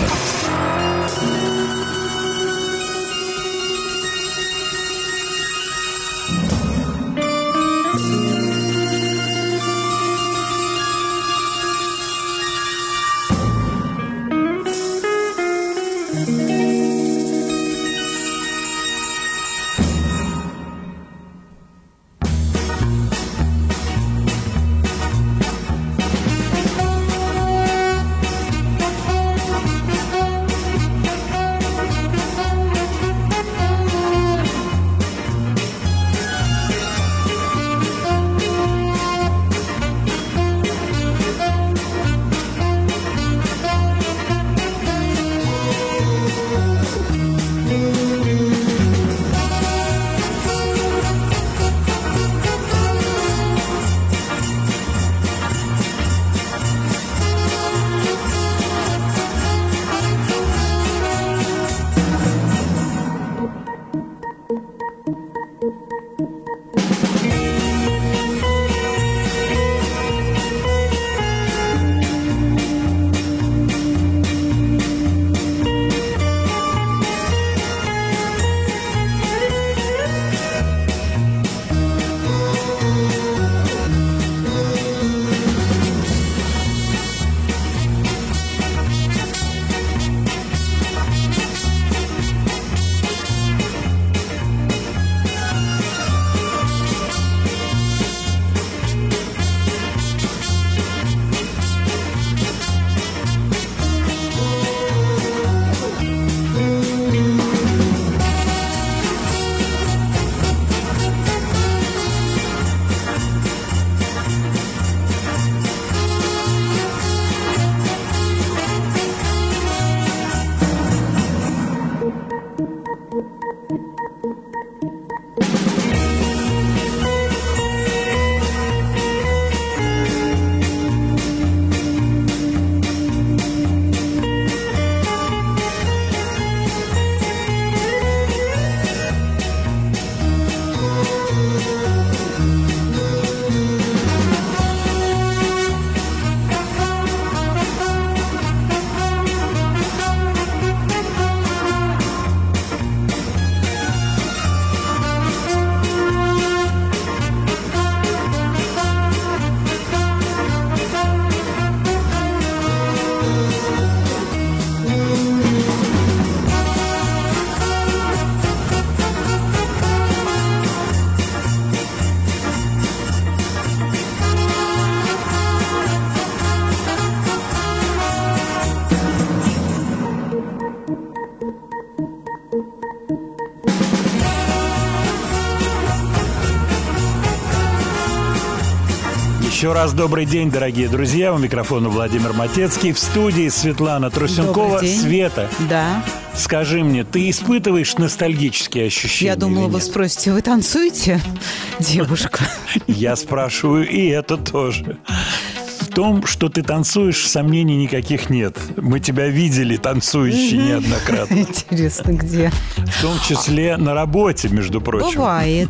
Еще раз добрый день, дорогие друзья. У микрофона Владимир Матецкий. В студии Светлана Трусенкова. Света, да. Скажи мне, ты испытываешь ностальгические ощущения? Я думала, вы спросите, вы танцуете, девушка? Я спрашиваю и это тоже. В том, что ты танцуешь, сомнений никаких нет. Мы тебя видели танцующей неоднократно. Интересно, где? В том числе на работе, между прочим. Бывает.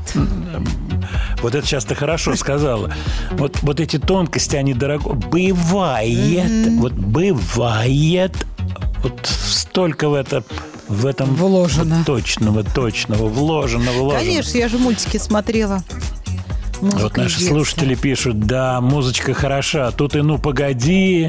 Вот это сейчас ты хорошо сказала. Вот, вот эти тонкости, они дорого... Бывает. Mm-hmm. Вот бывает. Вот столько в это... В этом вложено. Вот точного, точного, вложено, вложено. Конечно, я же мультики смотрела. Музыка вот наши слушатели пишут, да, музычка хороша. Тут и ну погоди.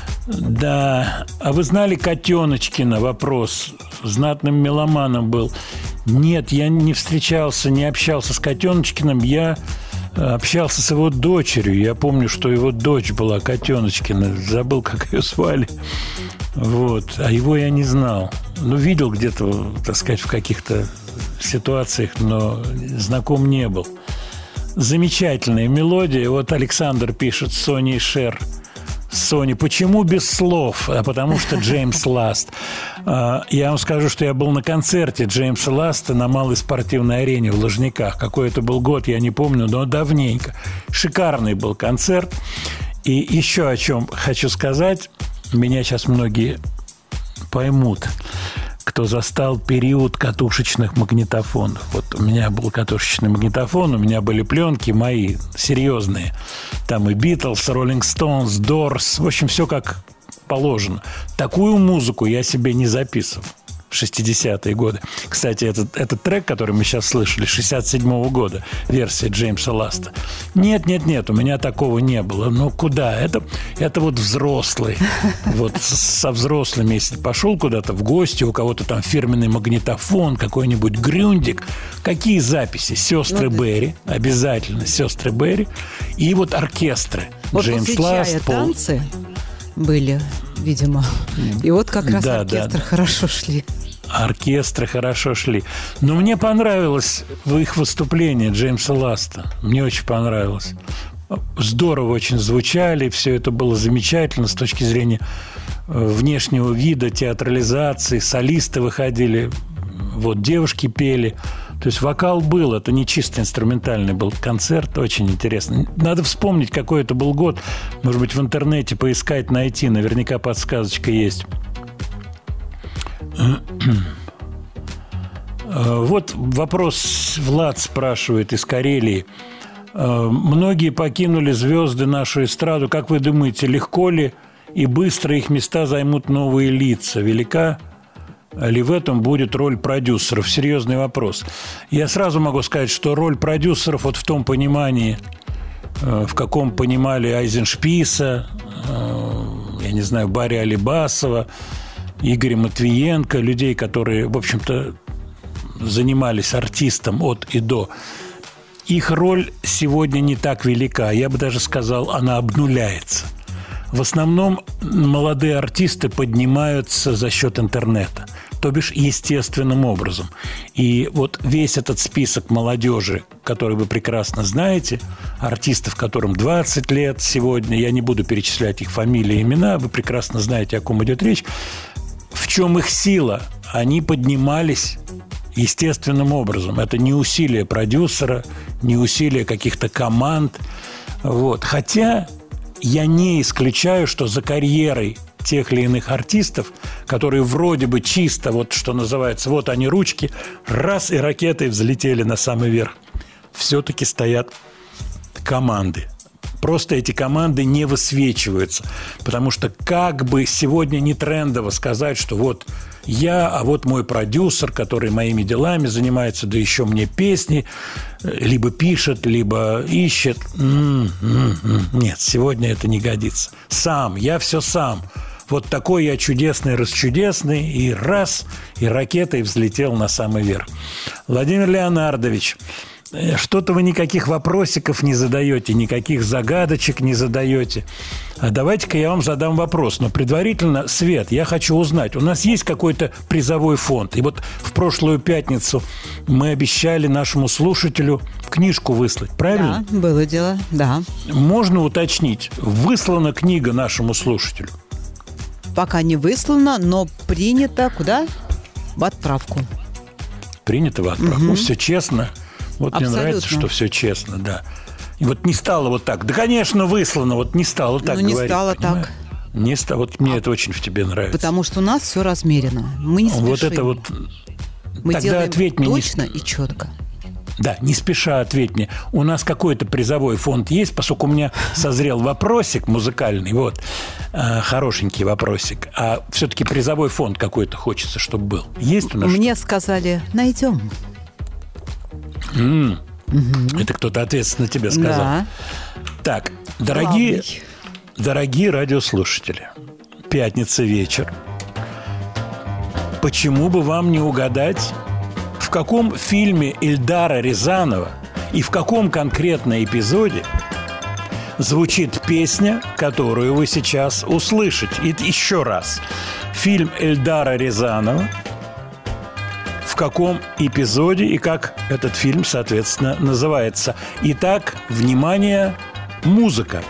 Да. А вы знали Котеночкина? Вопрос. Знатным меломаном был. Нет, я не встречался, не общался с Котеночкиным. Я общался с его дочерью. Я помню, что его дочь была Котеночкина. Забыл, как ее звали. Вот. А его я не знал. Ну, видел где-то, так сказать, в каких-то ситуациях, но знаком не был. Замечательная мелодия. Вот Александр пишет, Сони и Шер. Сони, почему без слов? А потому что Джеймс Ласт. Я вам скажу, что я был на концерте Джеймса Ласта на малой спортивной арене в Лужниках. Какой это был год, я не помню, но давненько. Шикарный был концерт. И еще о чем хочу сказать. Меня сейчас многие поймут, кто застал период катушечных магнитофонов. Вот у меня был катушечный магнитофон, у меня были пленки мои серьезные. Там и Битлз, Роллинг Стоунс, Дорс. В общем, все как положено. Такую музыку я себе не записывал в шестидесятые годы. Кстати, этот, этот трек, который мы сейчас слышали, шестьдесят седьмого года, версия Джеймса Ласта. Нет, нет, нет, у меня такого не было. Ну, куда? Это, это вот взрослый. Вот со взрослыми, если пошел куда-то в гости, у кого-то там фирменный магнитофон, какой-нибудь грюндик. Какие записи? Сестры ну, Берри, обязательно сестры Берри. И вот оркестры. Вот Джеймс Ласт, Пол... танцы были, видимо. И вот как раз да, оркестры да. хорошо шли. Оркестры хорошо шли. Но мне понравилось их выступление Джеймса Ласта. Мне очень понравилось. Здорово очень звучали. Все это было замечательно с точки зрения внешнего вида, театрализации. Солисты выходили. Вот девушки пели. То есть вокал был. Это не чисто инструментальный был концерт. Очень интересно. Надо вспомнить, какой это был год. Может быть, в интернете поискать, найти. Наверняка подсказочка есть. Вот вопрос Влад спрашивает из Карелии. Многие покинули звезды нашу эстраду. Как вы думаете, легко ли и быстро их места займут новые лица? Велика ли в этом будет роль продюсеров? Серьезный вопрос. Я сразу могу сказать, что роль продюсеров вот в том понимании, в каком понимали Айзеншписа, я не знаю, Барри Алибасова, Игоря Матвиенко, людей, которые, в общем-то, занимались артистом от и до. Их роль сегодня не так велика. Я бы даже сказал, она обнуляется. В основном молодые артисты поднимаются за счет интернета, то бишь естественным образом. И вот весь этот список молодежи, который вы прекрасно знаете, артистов, которым двадцать лет сегодня, я не буду перечислять их фамилии и имена, вы прекрасно знаете, о ком идет речь. В чем их сила? Они поднимались естественным образом. Это не усилие продюсера, не усилие каких-то команд. Вот. Хотя я не исключаю, что за карьерой тех или иных артистов, которые вроде бы чисто, вот что называется, вот они ручки, раз и ракетой взлетели на самый верх. Все-таки стоят команды. Просто эти команды не высвечиваются. Потому что как бы сегодня не трендово сказать, что вот я, а вот мой продюсер, который моими делами занимается, да еще мне песни либо пишет, либо ищет. М-м-м-м. Нет, сегодня это не годится. Сам, я все сам. Вот такой я чудесный, расчудесный, и раз, и ракетой взлетел на самый верх. Владимир Леонардович, что-то вы никаких вопросиков не задаете, никаких загадочек не задаете. А давайте-ка я вам задам вопрос. Но предварительно, Свет, я хочу узнать, у нас есть какой-то призовой фонд? И вот в прошлую пятницу мы обещали нашему слушателю книжку выслать, правильно? Да, было дело, да. Можно уточнить, выслана книга нашему слушателю? Пока не выслано, но принято куда? В отправку. Принято в отправку. Угу. Все честно. Вот Абсолютно. мне нравится, что все честно, да. И вот не стало вот так. Да, конечно, выслано, вот не стало так Ну, не говорить. стало понимаешь? так. Не стало. Вот мне это очень в тебе нравится. Потому что у нас все размерено. Мы не спешим. Вот это вот. Мы Тогда делаем ответь мне. точно не... и четко. Да, не спеша ответь мне. У нас какой-то призовой фонд есть, поскольку у меня созрел вопросик музыкальный, вот, э, хорошенький вопросик. А все-таки призовой фонд какой-то хочется, чтобы был. Есть у нас? Мне сказали, найдем. М-м. Угу. Это кто-то ответственно тебе сказал. Да. Так, дорогие, Главный. дорогие радиослушатели, пятница вечер. Почему бы вам не угадать, в каком фильме Эльдара Рязанова и в каком конкретно эпизоде звучит песня, которую вы сейчас услышите? И еще раз. Фильм Эльдара Рязанова, в каком эпизоде и как этот фильм, соответственно, называется. Итак, внимание, музыка.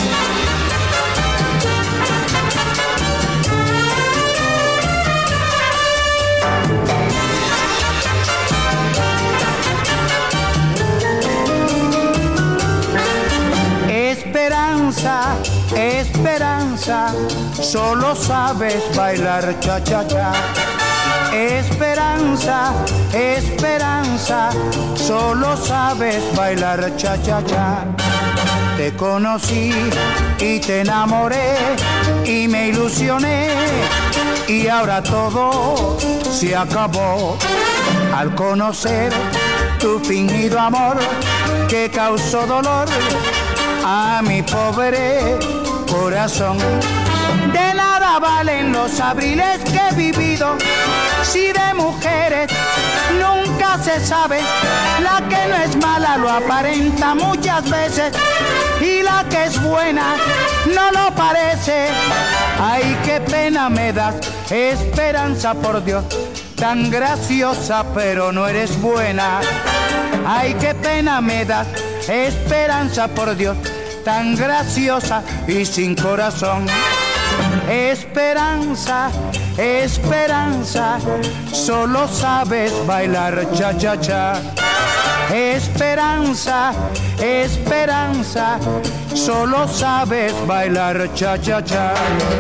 Esperanza, esperanza, solo sabes bailar cha-cha-cha. Esperanza, esperanza, solo sabes bailar cha-cha-cha. Te conocí y te enamoré y me ilusioné y ahora todo se acabó al conocer tu fingido amor que causó dolor a mi pobre corazón. De nada valen los abriles que he vivido si de mujeres nunca se sabe. La que no es mala lo aparenta muchas veces y la que es buena no lo parece. Ay, qué pena me das, esperanza, por Dios, tan graciosa pero no eres buena. Ay, qué pena me das, esperanza, por Dios, tan graciosa y sin corazón. Esperanza, esperanza, solo sabes bailar cha-cha-cha. Esperanza, esperanza, solo sabes bailar cha-cha-cha.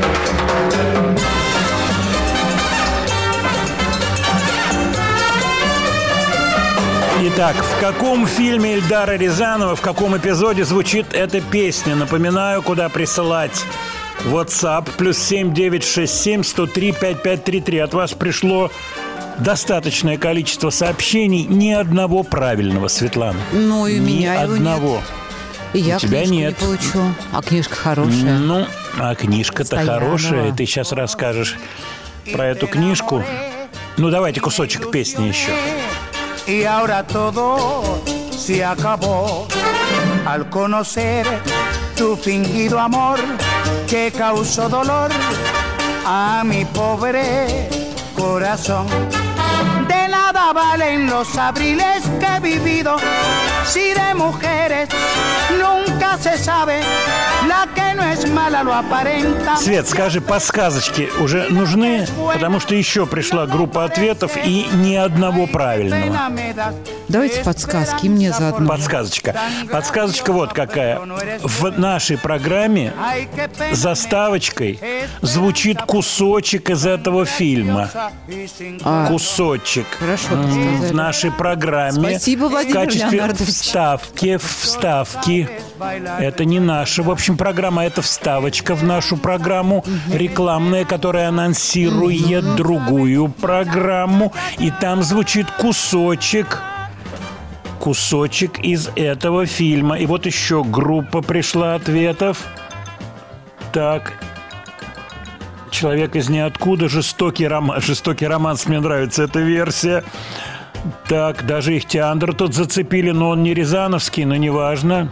Итак, в каком фильме Эльдара Рязанова, в каком эпизоде звучит эта песня? Напоминаю, куда присылать. WhatsApp плюс семь девять шесть семь сто три пятьдесят пять тридцать три. От вас пришло достаточное количество сообщений. Ни одного правильного, Светлана. Ну, и у Ни меня его одного. нет. И я У тебя книжку нет. не получу. А книжка хорошая. Ну, а книжка-то Стоянова. хорошая. Ты сейчас расскажешь про эту книжку. Ну, давайте кусочек песни еще. Y ahora todo se acabó al conocer tu fingido amor que causó dolor a mi pobre corazón. De nada valen los abriles que he vivido si de mujeres nunca se sabe. La que no es mala lo aparenta. Свет, скажи, подсказочки уже нужны? Потому что еще пришла группа ответов и ни одного правильного. Давайте подсказки, и мне заодно. Подсказочка. Подсказочка вот какая. В нашей программе заставочкой звучит кусочек из этого фильма. А, Кусочек. Хорошо М, подсказали. В нашей программе Спасибо, Владимир в качестве Леонардович. вставки, вставки. Это не наша, в общем, программа, это вставочка в нашу программу рекламная, которая анонсирует другую программу. И там звучит кусочек, кусочек из этого фильма. И вот еще группа пришла ответов. Так. «Человек из ниоткуда», «Жестокий роман». «Жестокий романс», мне нравится эта версия. Так, даже Ихтиандр тут зацепили, но он не рязановский, но неважно.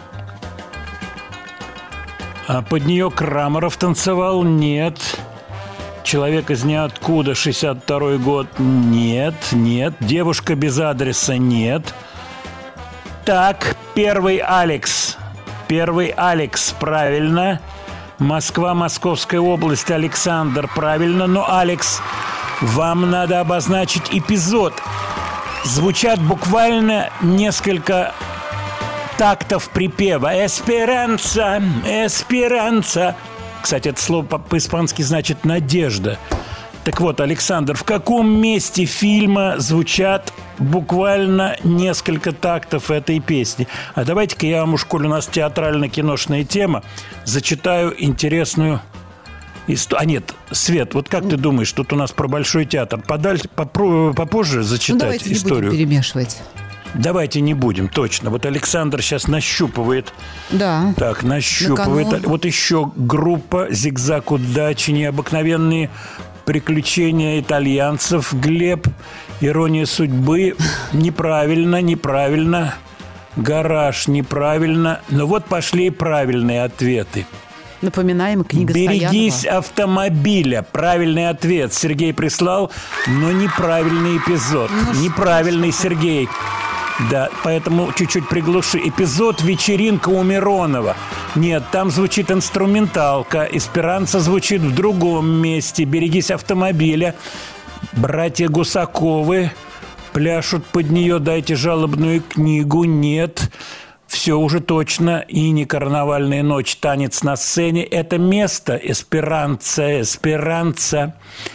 А под нее Крамаров танцевал? Нет. «Человек из ниоткуда», шестьдесят второй год? Нет, нет. «Девушка без адреса»? Нет. Так, первый Алекс. Первый Алекс, правильно. Москва, Московская область, Александр, правильно. Но, Алекс, вам надо обозначить эпизод. Звучат буквально несколько тактов припева. Эсперанца, эсперанца. Кстати, это слово по-испански значит «надежда». Так вот, Александр, в каком месте фильма звучат буквально несколько тактов этой песни? А давайте-ка я вам, уж коль у нас театрально-киношная тема, зачитаю интересную историю. А нет, Свет, вот как ты думаешь, тут у нас про Большой театр подальше, попозже зачитать ну, давайте историю? Не будем перемешивать. Давайте не будем, точно. Вот Александр сейчас нащупывает. Да. Так, нащупывает. Накануне. Вот еще группа «Зигзаг удачи», «Необыкновенные приключения итальянцев», Глеб, «Ирония судьбы». Неправильно, неправильно. «Гараж» неправильно. Но вот пошли и правильные ответы. Напоминаем, книга «Берегись Стоянова. автомобиля». Правильный ответ. Сергей прислал, но неправильный эпизод. Ну, неправильный, Сергей. Да, поэтому чуть-чуть приглуши. Эпизод «Вечеринка у Миронова». Нет, там звучит инструменталка. «Эсперанца» звучит в другом месте. «Берегись автомобиля». Братья Гусаковы пляшут под нее. «Дайте жалобную книгу». Нет. Все уже точно. И не «Карнавальная ночь», «Танец на сцене». Это место «Эсперанца», «Эсперанца».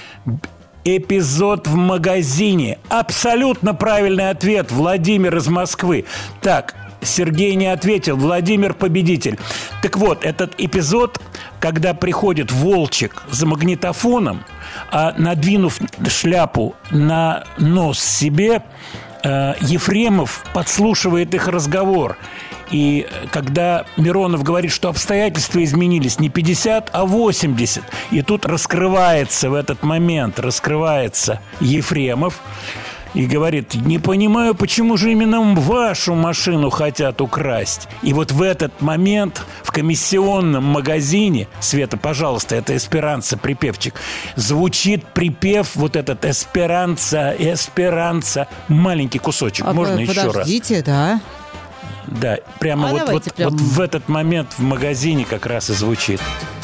Эпизод в магазине. Абсолютно правильный ответ. Владимир из Москвы. Так, Сергей не ответил. Владимир победитель. Так вот, этот эпизод, когда приходит Волчек за магнитофоном, а надвинув шляпу на нос себе, Ефремов подслушивает их разговор. И когда Миронов говорит, что обстоятельства изменились не пятьдесят, а восемьдесят, и тут раскрывается в этот момент, раскрывается Ефремов и говорит: не понимаю, почему же именно вашу машину хотят украсть. И вот в этот момент в комиссионном магазине, Света, пожалуйста, это «Эсперанца», припевчик, звучит припев вот этот «Эсперанца», «Эсперанца». Маленький кусочек, А можно по- еще раз? Подождите, да. Да, прямо А вот, давайте вот, прям- вот в этот момент в магазине как раз и звучит.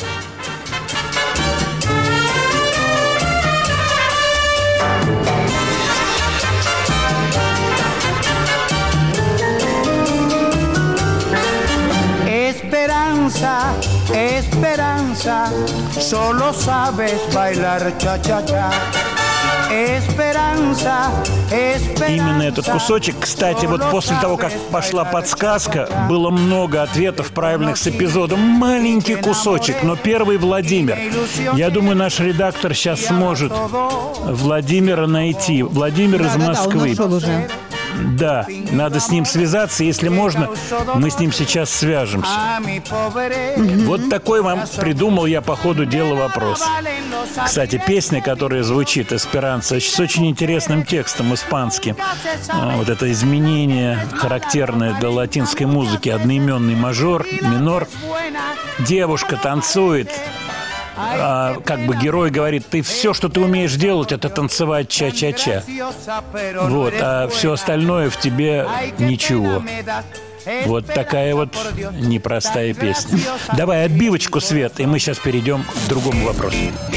Esperanza, esperanza, solo sabes bailar cha-cha-cha. Esperanza, esperanza. Именно этот кусочек, кстати, вот после того, как пошла подсказка, было много ответов правильных с эпизодом. Маленький кусочек, но первый Владимир. Я думаю, наш редактор сейчас сможет Владимира найти. Владимир из Да-да-да, он Москвы. нашел уже. Да, надо с ним связаться. Если можно, мы с ним сейчас свяжемся. Вот такой вам придумал я по ходу дела вопрос. Кстати, песня, которая звучит, «Эсперанца», с очень интересным текстом испанским. Вот это изменение, характерное для латинской музыки, одноименный мажор, минор. Девушка танцует. А, как бы герой говорит: ты все, что ты умеешь делать, это танцевать ча-ча-ча. Вот, а все остальное в тебе ничего. Вот такая вот непростая песня. Давай отбивочку, Свет, и мы сейчас перейдем к другому вопросу.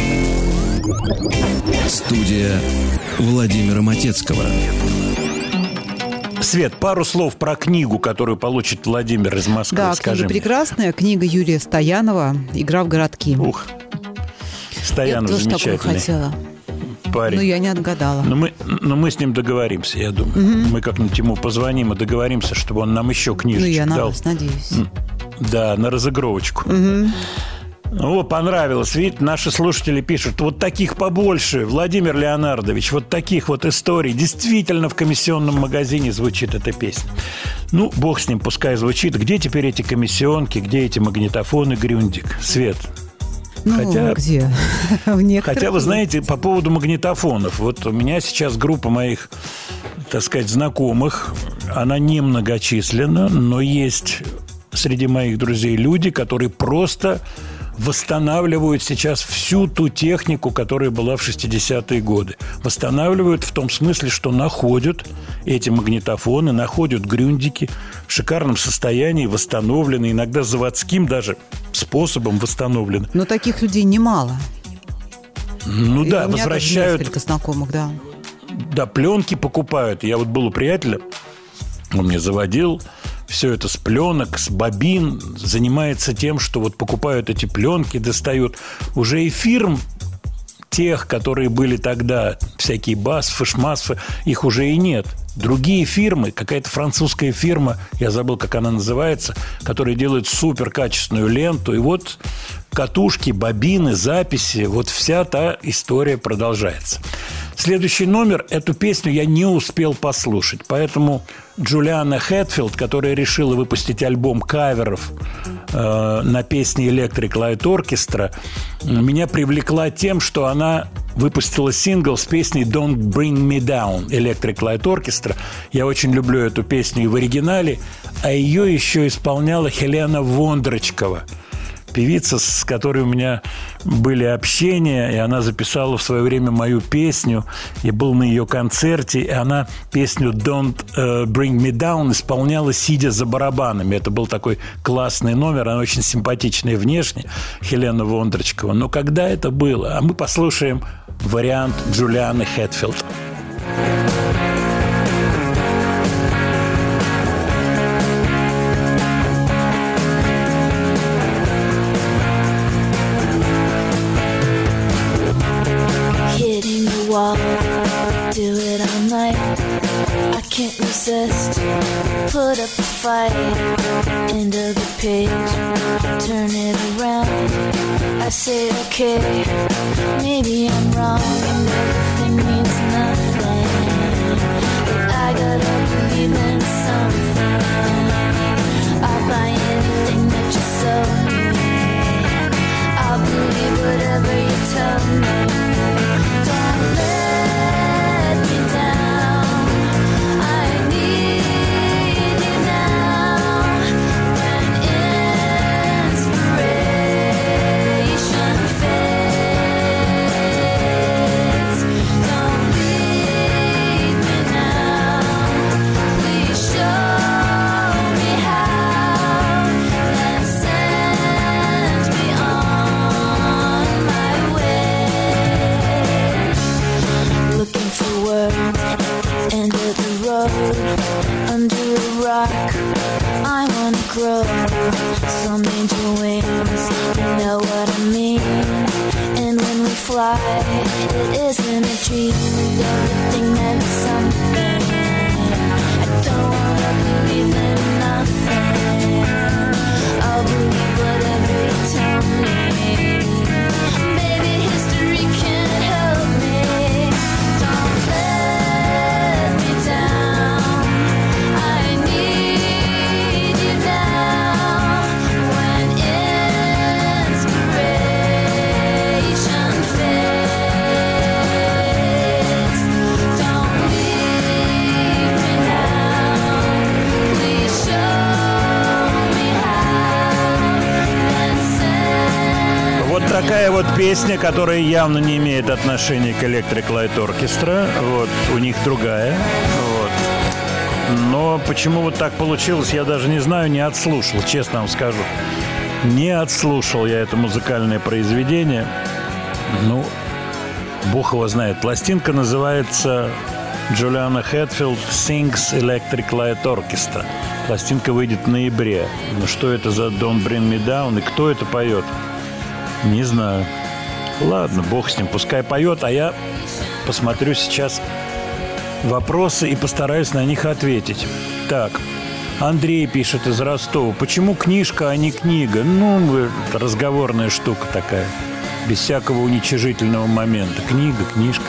Студия Владимира Матецкого. Свет, пару слов про книгу, которую получит Владимир из Москвы. Да, Скажи книга мне. прекрасная. Книга Юрия Стоянова «Игра в городки». Ух, Стоянов Я тоже такую замечательный хотела, парень. но я не отгадала. Но мы, но мы с ним договоримся, я думаю. Мы как-нибудь ему позвоним и договоримся, чтобы он нам еще Ну, книжечку я на дал. вас надеюсь. Да, на разыгровочку. О, понравилось. Видите, наши слушатели пишут: вот таких побольше, Владимир Леонардович, вот таких вот историй. Действительно, в комиссионном магазине звучит эта песня. Ну, бог с ним, пускай звучит. Где теперь эти комиссионки, где эти магнитофоны, Грюндик? Свет. Ну, Хотя- где? В некоторых Хотя, вы есть. знаете, по поводу магнитофонов. Вот у меня сейчас группа моих, так сказать, знакомых. Она немногочисленна, но есть среди моих друзей люди, которые просто восстанавливают сейчас всю ту технику, которая была в шестидесятые годы. Восстанавливают в том смысле, что находят эти магнитофоны, находят грюндики в шикарном состоянии, восстановлены, иногда заводским даже способом восстановлены. Но таких людей немало. Ну И да, у меня возвращают... несколько знакомых, да. Да, пленки покупают. Я вот был у приятеля, он мне заводил все это с пленок, с бобин, занимается тем, что вот покупают эти пленки, достают уже и фирм тех, которые были тогда, всякие басфы, шмасфы, их уже и нет. Другие фирмы, какая-то французская фирма, я забыл, как она называется, которая делает суперкачественную ленту. И вот катушки, бобины, записи, вот вся та история продолжается. Следующий номер, эту песню я не успел послушать, поэтому Джулиана Хэтфилд, которая решила выпустить альбом каверов э, на песни Electric Light Orchestra, меня привлекла тем, что она выпустила сингл с песней «Don't Bring Me Down» Electric Light Orchestra. Я очень люблю эту песню и в оригинале, а ее еще исполняла Хелена Вондрочкова, певица, с которой у меня были общения, и она записала в свое время мою песню. Я был на ее концерте, и она песню «Don't Bring Me Down» исполняла, сидя за барабанами. Это был такой классный номер, она очень симпатичная внешне, Хелена Вондрочкова. Но когда это было? А мы послушаем вариант Джулианы Хэтфилд. Do it all night. I can't resist. Put up a fight. End of the page. Turn it around. I say okay. Maybe I'm wrong and everything means nothing. But I gotta believe in something. I'll buy anything that you sell me. I'll believe whatever you tell me. Don't let me down. I need you now. When inspiration fades, don't leave me now. Please show me how, then send me on my way. Looking for words, end of the road, under a rock, I wanna grow some angel wings, you know what I mean. And when we fly, it isn't a dream, everything meant something. I don't wanna believe in nothing, I'll believe whatever you tell me. Baby, history can't help me. Don't let me down. I need you now. When inspiration fades, don't leave me now. Please show me how, then send. Вот такая вот песня, которая явно не имеет отношения к Electric Light Orchestra. Вот, у них другая. Вот. Но почему вот так получилось, я даже не знаю, не отслушал, честно вам скажу. Не отслушал я это музыкальное произведение. Ну, бог его знает. Пластинка называется Джулиана Хэтфилд Sings Electric Light Orchestra. Пластинка выйдет в ноябре. Ну, что это за Don't Bring Me Down и кто это поет? Не знаю. Ладно, бог с ним, пускай поет, а я посмотрю сейчас вопросы и постараюсь на них ответить. Так, Андрей пишет из Ростова. Почему книжка, а не книга? Ну, это разговорная штука такая. Без всякого уничижительного момента. Книга, книжка.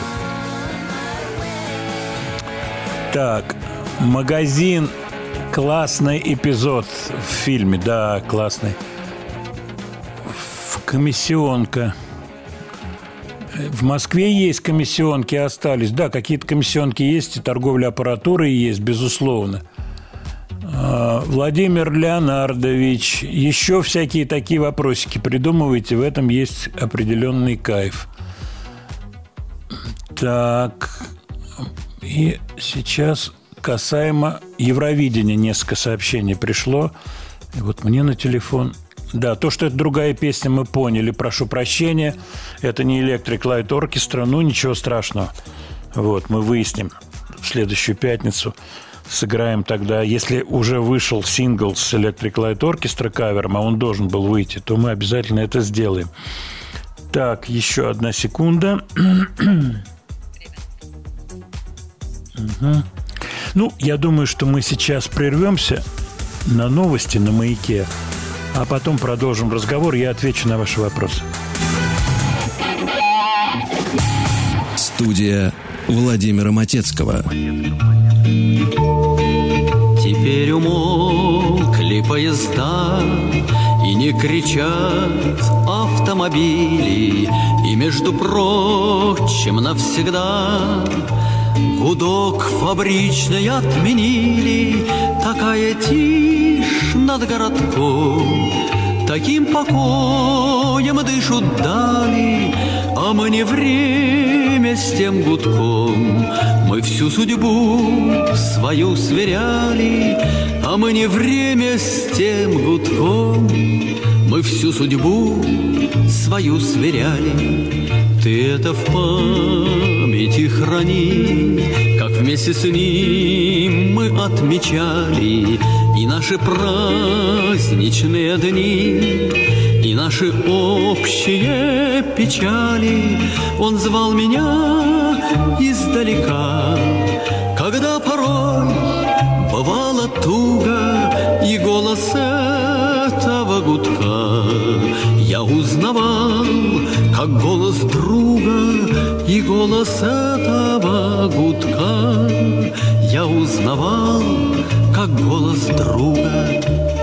Так, магазин. Классный эпизод в фильме. Да, классный. Комиссионка. В Москве есть комиссионки, остались. Да, какие-то комиссионки есть, и торговля аппаратурой есть, безусловно. Владимир Леонардович, еще всякие такие вопросики придумываете, в этом есть определенный кайф. Так, и сейчас касаемо Евровидения несколько сообщений пришло. И вот мне на телефон... Да, то, что это другая песня, мы поняли. Прошу прощения. Это не Electric Light Orchestra. Ну, ничего страшного. Вот, мы выясним в следующую пятницу. Сыграем тогда. Если уже вышел сингл с Electric Light Orchestra кавером, а он должен был выйти, то мы обязательно это сделаем. Так, еще одна секунда. Угу. Ну, я думаю, что мы сейчас прервемся на новости на «Маяке», а потом продолжим разговор, я отвечу на ваши вопросы. Студия Владимира Матецкого. Теперь умолкли поезда, и не кричат автомобили, и, между прочим, навсегда гудок фабричный отменили. Такая тишь над городком, таким покоем дышат дали, а мы не время с тем гудком. Мы всю судьбу свою сверяли, а мы не время с тем гудком. Мы всю судьбу свою сверяли. Ты это в памяти храни, как вместе с ним мы отмечали и наши праздничные дни, и наши общие печали. Он звал меня издалека, когда порой бывало туго, и голос этого гудка я узнавал, как голос друга, и голос этого гудка я узнавал, как голос друга.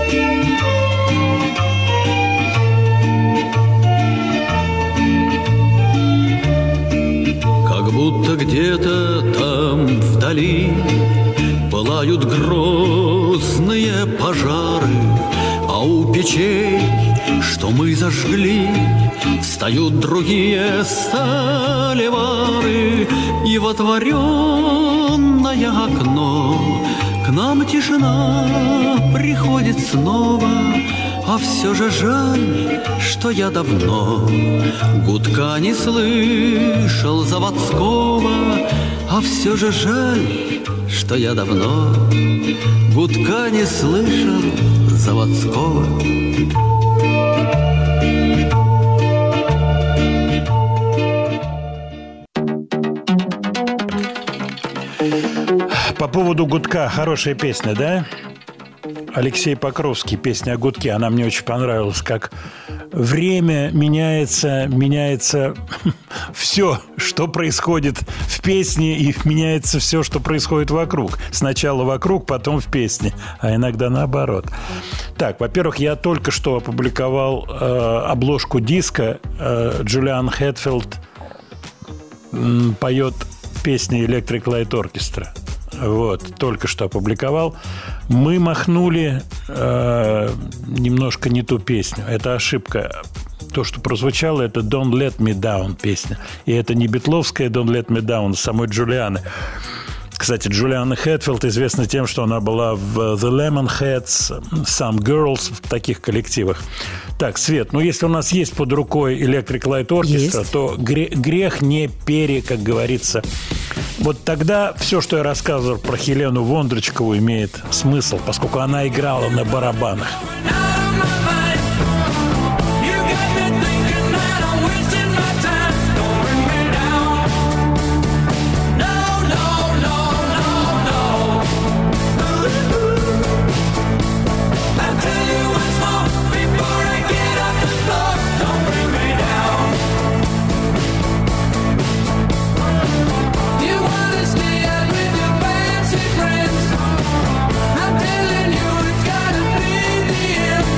Как будто где-то там вдали пылают грозные пожары, а у печей, что мы зажгли, встают другие сталевары, и в отворенное окно к нам тишина приходит снова. А все же жаль, что я давно гудка не слышал заводского. А все же жаль, что я давно гудка не слышал заводского. По поводу гудка хорошая песня, да? Алексей Покровский, песня о гудке. Она мне очень понравилась, как время меняется, меняется все, что происходит в песне, и меняется все, что происходит вокруг. Сначала вокруг, потом в песне, а иногда наоборот. Так, во-первых, я только что опубликовал э, обложку диска. Э, Джулиан Хэтфилд э, поет песни Electric Light Orchestra. Вот, только что опубликовал. Мы махнули э, немножко не ту песню. Это ошибка. То, что прозвучало, это Don't Let Me Down песня. И это не битловская Don't Let Me Down, самой Джулианы. Кстати, Джулиана Хэтфилд известна тем, что она была в The Lemonheads, Some Girls, в таких коллективах. Так, Свет, ну если у нас есть под рукой Electric Light Orchestra, есть. То грех не пере, как говорится. Вот тогда все, что я рассказывал про Хелену Вондрочкову, имеет смысл, поскольку она играла на барабанах. I'm telling you, it's gotta be the end.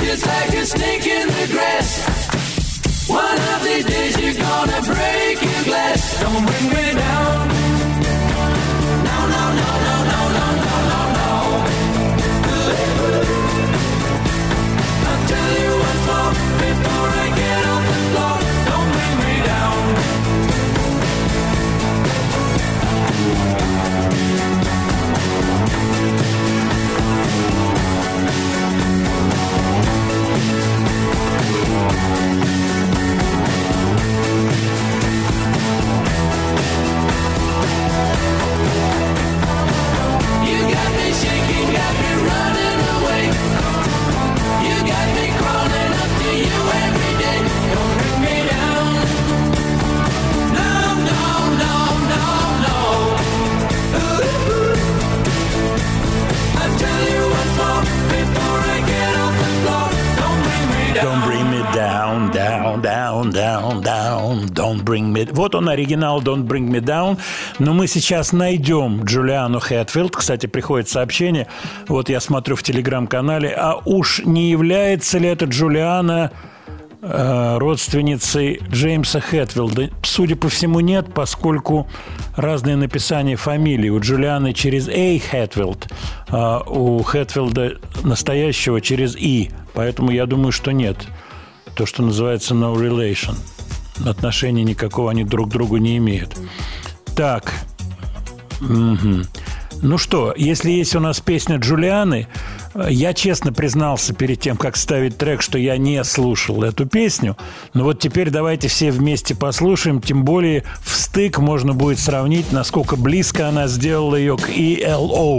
It's like a snake in the grass. One of these days you're gonna break your glass. Don't bring me down. No, no, no, no, no, no, no, no, no. I'll tell you once more before I get off the floor. Don't bring me down. You got me shaking, got me running away. You got me crawling up to you every day. Don't bring me down. No, no, no, no, no. I'll tell you once more before I get off the floor. Don't bring me down. Don't bring me down, down, down, down, down. Don't bring me... Вот он, оригинал Don't Bring Me Down. Но мы сейчас найдем Джулиану Хэтфилд. Кстати, приходит сообщение. Вот я смотрю в телеграм-канале. А уж не является ли эта Джулиана э, родственницей Джеймса Хэтфилда? Судя по всему, нет, поскольку разные написания фамилий. У Джулианы через A Хэтфилд, а у Хэтфилда настоящего через И. Поэтому я думаю, что нет. То, что называется no relation. Отношения никакого они друг к другу не имеют. Так. Угу. Ну что, если есть у нас песня Джулианы, я честно признался перед тем, как ставить трек, что я не слушал эту песню. Но вот теперь давайте все вместе послушаем. Тем более в стык можно будет сравнить, насколько близко она сделала ее к и эл о.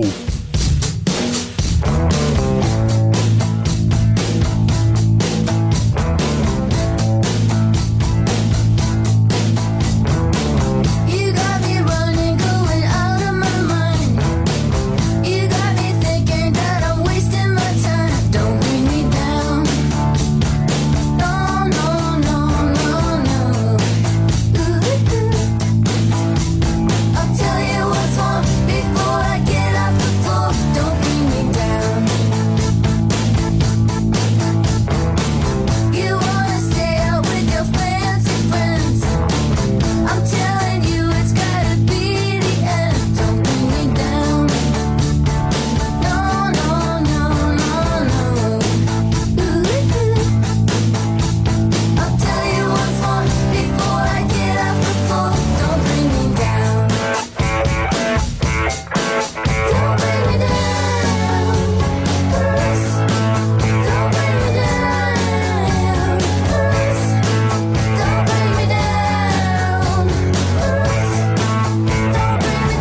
You got me running, going out of my mind. You got me thinking that I'm wasting my time. Don't bring me down. No, no, no, no, no. Ooh, I'll tell you what's wrong before I get off the floor. Don't bring me down. You wanna stay out with your fancy friends. I'm telling you it's gotta be the end. Don't bring me down. No, no, no, no, no. Ooh, I'll tell you what's wrong before I get off the floor. Don't bring me down. Don't bring me down. Bruce. Don't bring me down. Bruce. Don't bring me down. Bruce. Don't bring me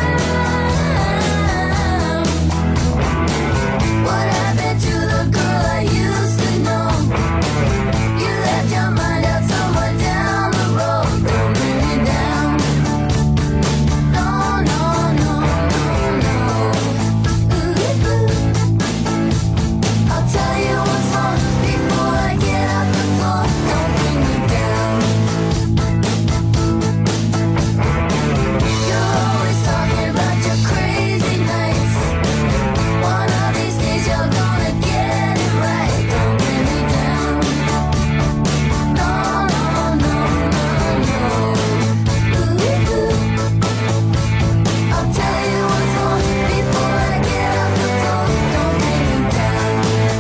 down. What happened to the girl I used to know? You left your mind out somewhere down the road. Don't bring me down. No, no, no, no, no. Ooh, I'll tell you what's wrong before I get off the floor. Don't bring me down. You're always talking about your crazy nights. One of these days you're gonna get it right. Don't bring me down. No, no, no, no, no. Ooh, I'll tell you what's wrong before I get off the floor. Don't bring me down.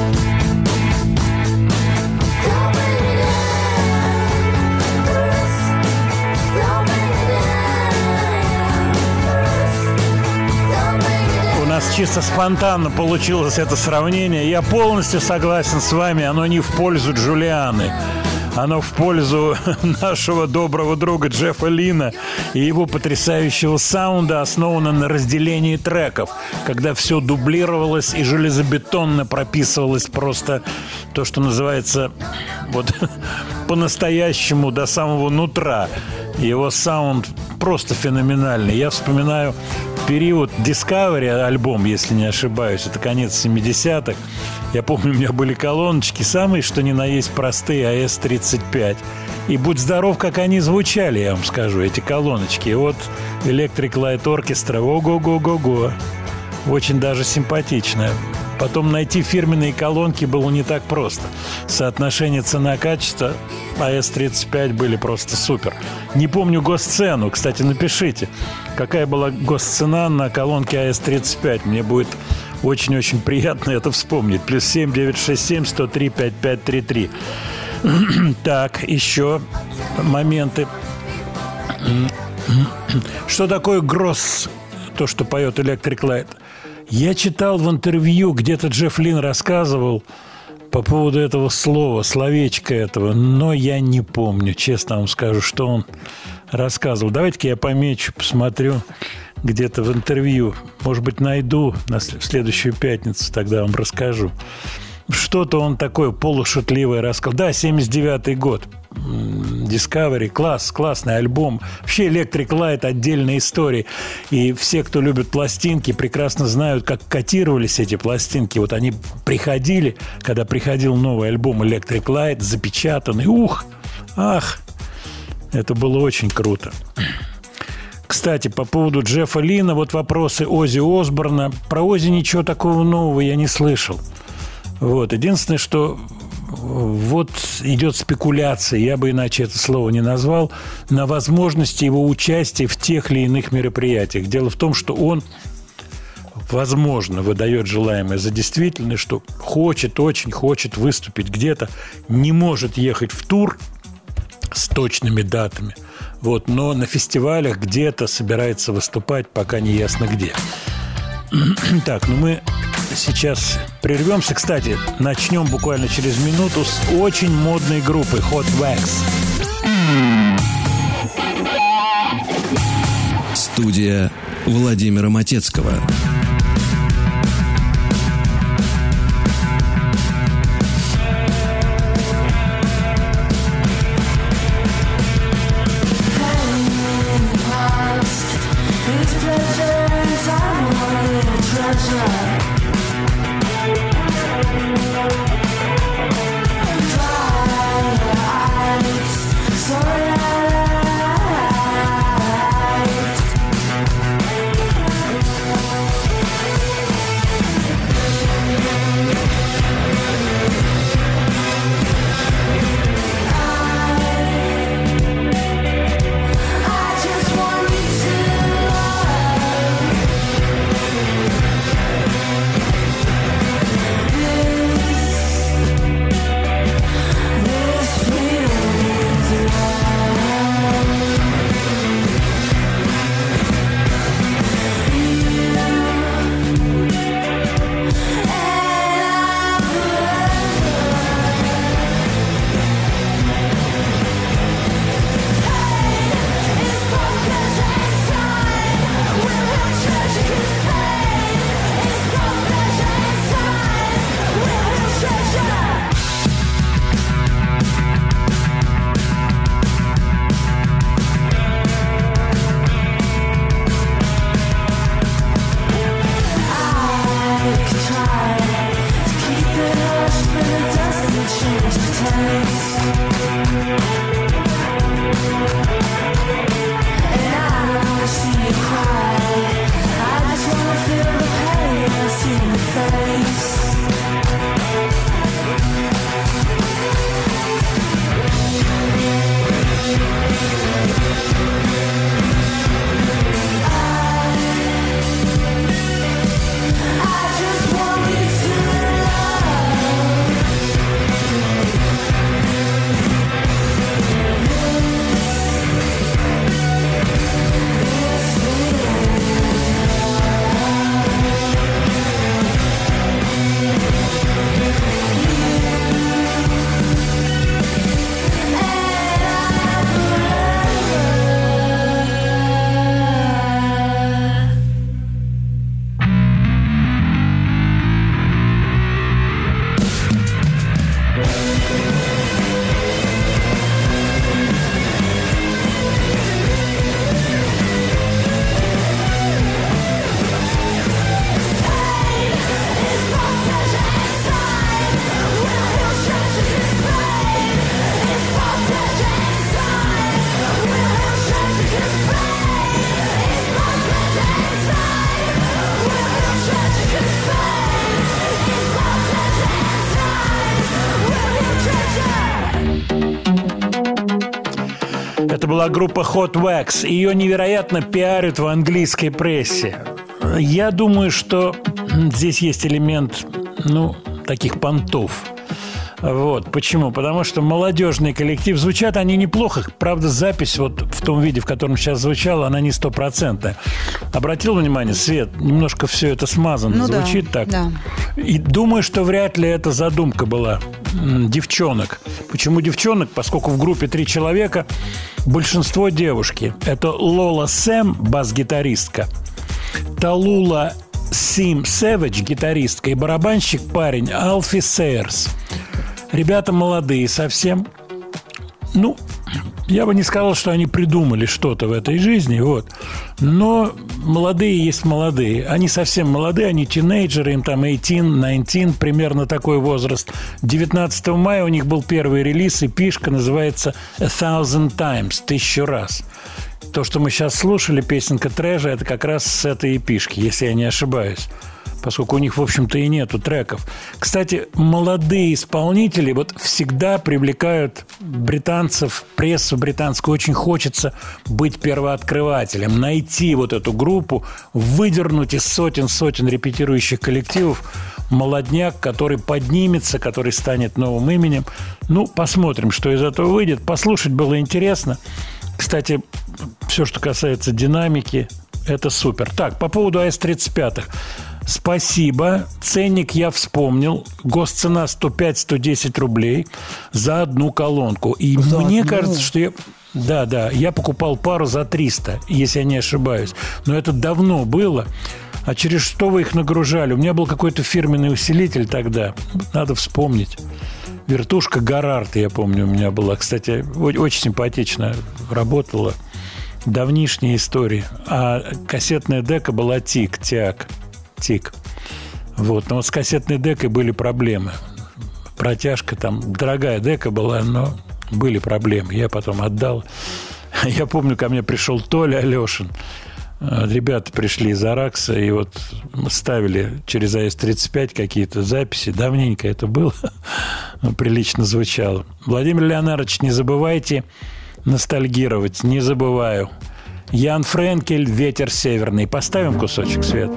Don't bring me down. Bruce. Don't bring me down. Bruce. Don't bring me down. У нас чисто спонтанно получилось это сравнение. Я полностью согласен с вами. Оно не в пользу Джулианы. Оно в пользу нашего доброго друга Джеффа Лина и его потрясающего саунда, основанного на разделении треков, когда все дублировалось и железобетонно прописывалось просто то, что называется вот по-настоящему до самого нутра. Его саунд просто феноменальный. Я вспоминаю период Discovery альбом, если не ошибаюсь, это конец семидесятых. Я помню, у меня были колоночки, самые что ни на есть простые, а эс тридцать пять. И будь здоров, как они звучали, я вам скажу, эти колоночки. И вот Electric Light Orchestra, ого-го-го-го. Очень даже симпатично. Потом найти фирменные колонки было не так просто. Соотношение цена-качество а эс тридцать пять были просто супер. Не помню госцену. Кстати, напишите, какая была госцена на колонке а эс тридцать пять. Мне будет очень-очень приятно это вспомнить. Плюс семь девятьсот шестьдесят семь сто три пятьдесят пять тридцать три. Так, еще моменты. Что такое гросс? То, что поет Electric Light. Я читал в интервью, где-то Джефф Лин рассказывал по поводу этого слова, словечка этого, но я не помню, честно вам скажу, что он рассказывал. Давайте-ка я помечу, посмотрю где-то в интервью. Может быть, найду на в следующую пятницу, тогда вам расскажу. Что-то он такое полушутливое рассказал. Да, семьдесят девятый год. Discovery, класс, классный альбом. Вообще Electric Light отдельная история. И все, кто любит пластинки, прекрасно знают, как котировались эти пластинки. Вот они приходили, когда приходил новый альбом Electric Light, запечатанный. Ух, ах, это было очень круто. Кстати, по поводу Джеффа Лина, вот вопросы Оззи Осборна. Про Оззи ничего такого нового я не слышал. Вот. Единственное, что вот идет спекуляция, я бы иначе это слово не назвал, на возможности его участия в тех или иных мероприятиях. Дело в том, что он, возможно, выдает желаемое за действительное, что хочет, очень хочет выступить где-то, не может ехать в тур с точными датами, вот, но на фестивалях где-то собирается выступать, пока не ясно где. Так, ну мы сейчас прервемся. Кстати, начнем буквально через минуту с очень модной группы Hot Wax. Студия Владимира Матецкого. Sorry. Это была группа Hot Wax. Ее невероятно пиарят в английской прессе. Я думаю, что здесь есть элемент, ну, таких понтов. Вот. Почему? Потому что молодежный коллектив. Звучат они неплохо. Правда, запись вот в том виде, в котором сейчас звучала, она не стопроцентная. Обратил внимание, Свет, немножко все это смазано. Ну, звучит да, так. да. И думаю, что вряд ли это задумка была девчонок. Почему девчонок? Поскольку в группе три человека, большинство девушки. Это Лола Сэм, бас-гитаристка, Талула Сим Сэвидж, гитаристка, и барабанщик парень Алфи Сейерс. Ребята молодые совсем. Ну, я бы не сказал, что они придумали что-то в этой жизни, вот. Но молодые есть молодые. Они совсем молодые, они тинейджеры, им там восемнадцать, девятнадцать, примерно такой возраст. девятнадцатого мая у них был первый релиз, эпишка, называется «A Thousand Times», «Тысячу раз». То, что мы сейчас слушали, песенка «Трэжа», это как раз с этой эпишки, если я не ошибаюсь. Поскольку у них, в общем-то, и нету треков. Кстати, молодые исполнители вот всегда привлекают британцев, прессу британскую. Очень хочется быть первооткрывателем, найти вот эту группу, выдернуть из сотен-сотен репетирующих коллективов молодняк, который поднимется, который станет новым именем. Ну, посмотрим, что из этого выйдет. Послушать было интересно. Кстати, все, что касается динамики, это супер. Так, по поводу эй эс тридцать пять. Спасибо. Ценник я вспомнил. Госцена сто пять - сто десять рублей за одну колонку. И За мне одну? кажется, что я... Да, да, я покупал пару за триста, если я не ошибаюсь. Но это давно было. А через что вы их нагружали? У меня был какой-то фирменный усилитель тогда. Надо вспомнить. Вертушка Гарард, я помню, у меня была. Кстати, очень симпатично работала. Давнишняя история. А кассетная дека была ТИК, ТИАК. ТИК. Вот. Но вот с кассетной декой были проблемы. Протяжка там, дорогая дека была, но были проблемы. Я потом отдал. Я помню, ко мне пришел Толя Алешин. Ребята пришли из Аракса, и вот мы ставили через эй эс тридцать пять какие-то записи. Давненько это было. Прилично звучало. Владимир Леонардович, не забывайте ностальгировать. Не забываю. Ян Френкель, «Ветер северный». Поставим кусочек, Свет.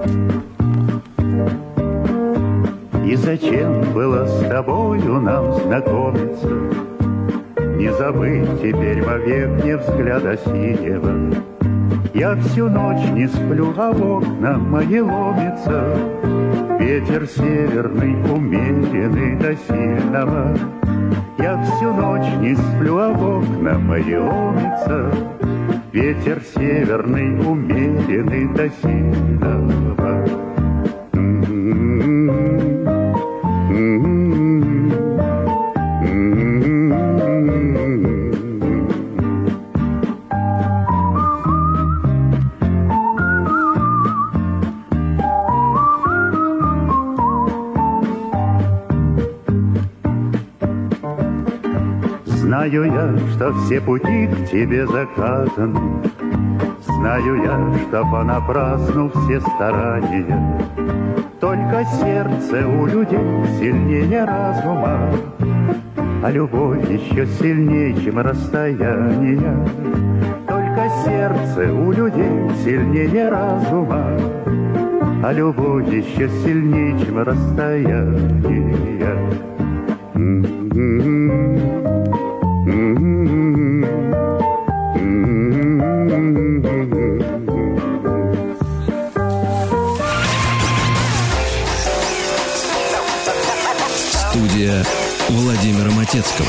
И зачем было с тобою нам знакомиться? Не забыть теперь вовек мне взгляда синего. Я всю ночь не сплю, а в окна мои ломится ветер северный, умеренный до сильного. Я всю ночь не сплю, а в окна мои ломится ветер северный, умеренный до сильного. Знаю я, что все пути к тебе заказаны. Знаю я, что понапрасну все старания. Только сердце у людей сильнее разума, а любовь еще сильнее, чем расстояние. Только сердце у людей сильнее разума, а любовь еще сильнее, чем расстояние. Студия Владимира Матецкого.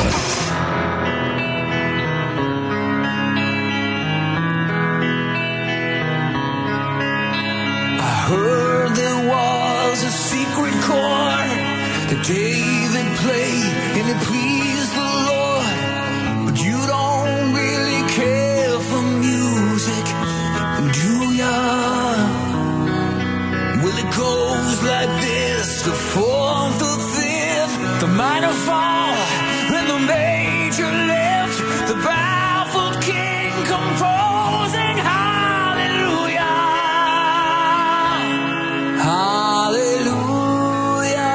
Heard there was a secret chord that David played and it pleased the Lord. But you don't really care for music, do ya? Well, it goes like this: the fourth, the fifth, the minor fall, and the major lift. The baffled king composing hallelujah. Hallelujah,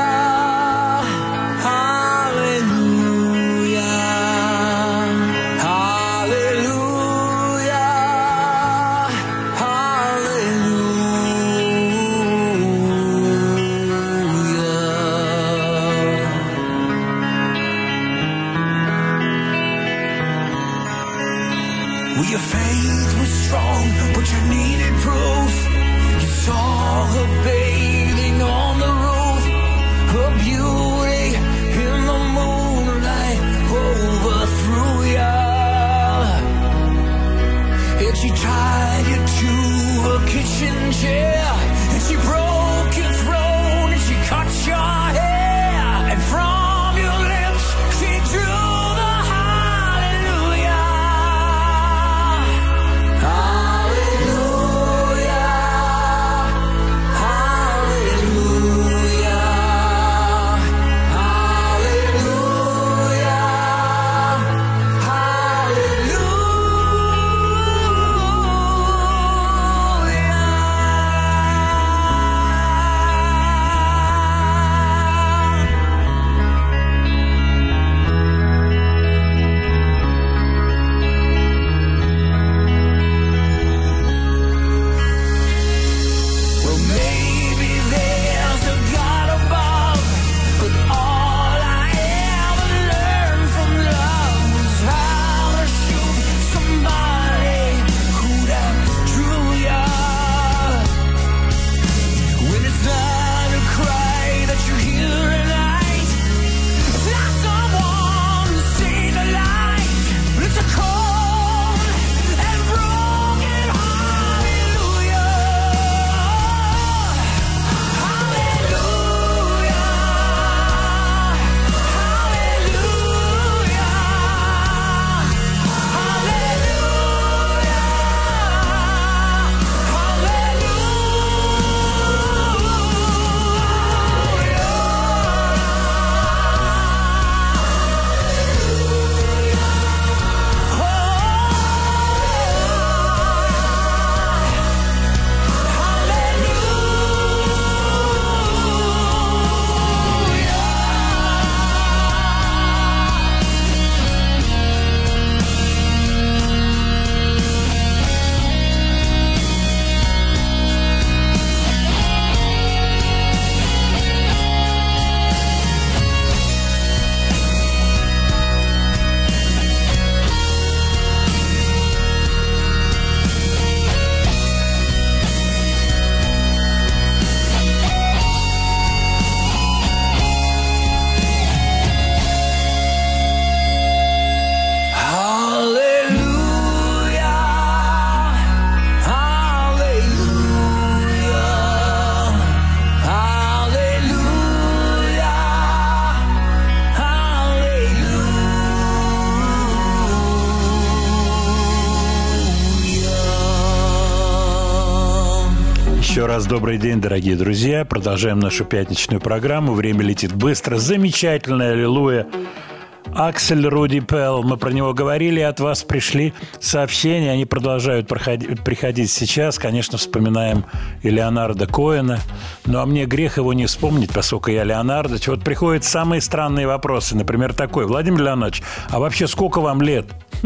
hallelujah, hallelujah. your faith was strong, but you needed proof. You saw her bathing on the roof, her beauty in the moonlight overthrew ya. And she tied you to a kitchen chair, and she broke your throne, and she cut your hair, and from your lips she drew the hallelujah. Hallelujah. Hallelujah. Well, maybe there's a God above, but all I ever learned from love was how to shoot somebody who'd outdrew ya. When it's not a cry that you hear at night, it's not someone who's seen the light, but it's a cold and broken hallelujah. Hallelujah. Еще раз добрый день, дорогие друзья. Продолжаем нашу пятничную программу. Время летит быстро. Замечательная аллилуйя. Аксель Руди Пелл. Мы про него говорили, от вас пришли сообщения. Они продолжают проходить, приходить сейчас. Конечно, вспоминаем и Леонарда Коэна. Ну, а мне грех его не вспомнить, поскольку я Леонардович. Вот приходят самые странные вопросы. Например, такой. Владимир Леонидович, а вообще сколько вам лет?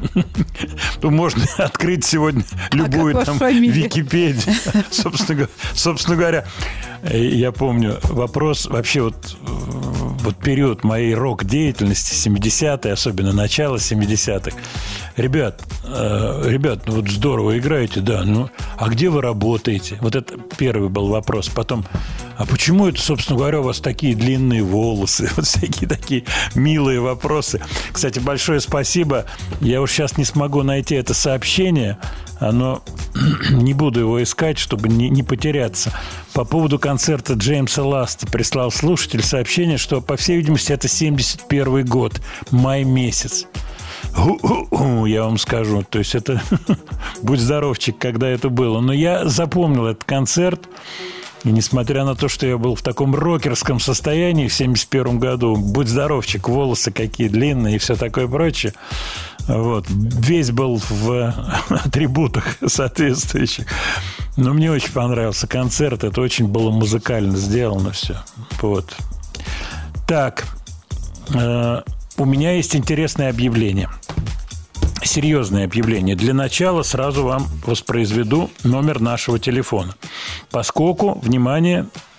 Можно открыть сегодня любую а там фамилия? Википедию. Собственно, собственно говоря, я помню вопрос вообще вот, вот период моей рок-деятельности, семидесятые, особенно начало семидесятых. Ребят, э, ребят, ну вот здорово играете, да, ну а где вы работаете? Вот это первый был вопрос. Потом, а почему это, собственно говоря, у вас такие длинные волосы? Вот всякие такие милые вопросы. Кстати, большое спасибо. Я уж сейчас не смогу найти это сообщение. Оно, не буду его искать, чтобы не, не потеряться. По поводу концерта Джеймса Ласта прислал слушатель сообщение, что, по всей видимости, это семьдесят первый год, май месяц. У-у-у, я вам скажу. То есть это будь здоровчик, когда это было. Но я запомнил этот концерт. И несмотря на то, что я был в таком рокерском состоянии в семьдесят первом году, будь здоровчик, волосы какие длинные и все такое прочее, вот, весь был в атрибутах соответствующих. Но мне очень понравился концерт. Это очень было музыкально сделано все. Вот. Так, э, у меня есть интересное объявление. Серьезное объявление. Для начала сразу вам воспроизведу номер нашего телефона. Поскольку, внимание,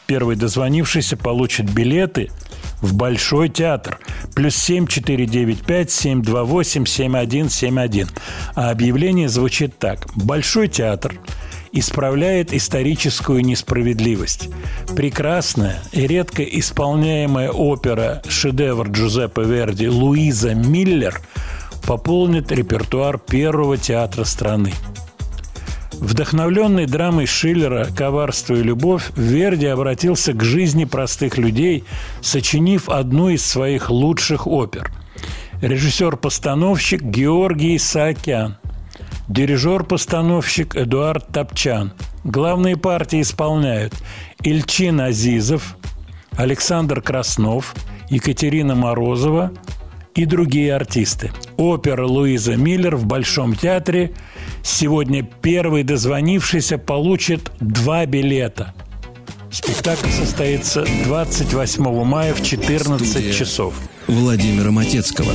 Первый дозвонившийся получит билеты в Большой театр. Плюс семь четыре девять пять семь два восемь семь один семь один. А объявление звучит так. Большой театр исправляет историческую несправедливость. Прекрасная и редко исполняемая опера, шедевр Джузеппе Верди «Луиза Миллер» пополнит репертуар Первого театра страны. Вдохновленный драмой Шиллера «Коварство и любовь», Верди обратился к жизни простых людей, сочинив одну из своих лучших опер. Режиссер-постановщик Георгий Саакян, дирижер-постановщик Эдуард Топчан. Главные партии исполняют Ильчин Азизов, Александр Краснов, Екатерина Морозова и другие артисты. Опера «Луиза Миллер» в Большом театре. Сегодня первый дозвонившийся получит два билета. Спектакль состоится двадцать восьмого мая в четырнадцать Студия часов. Владимира Матецкого.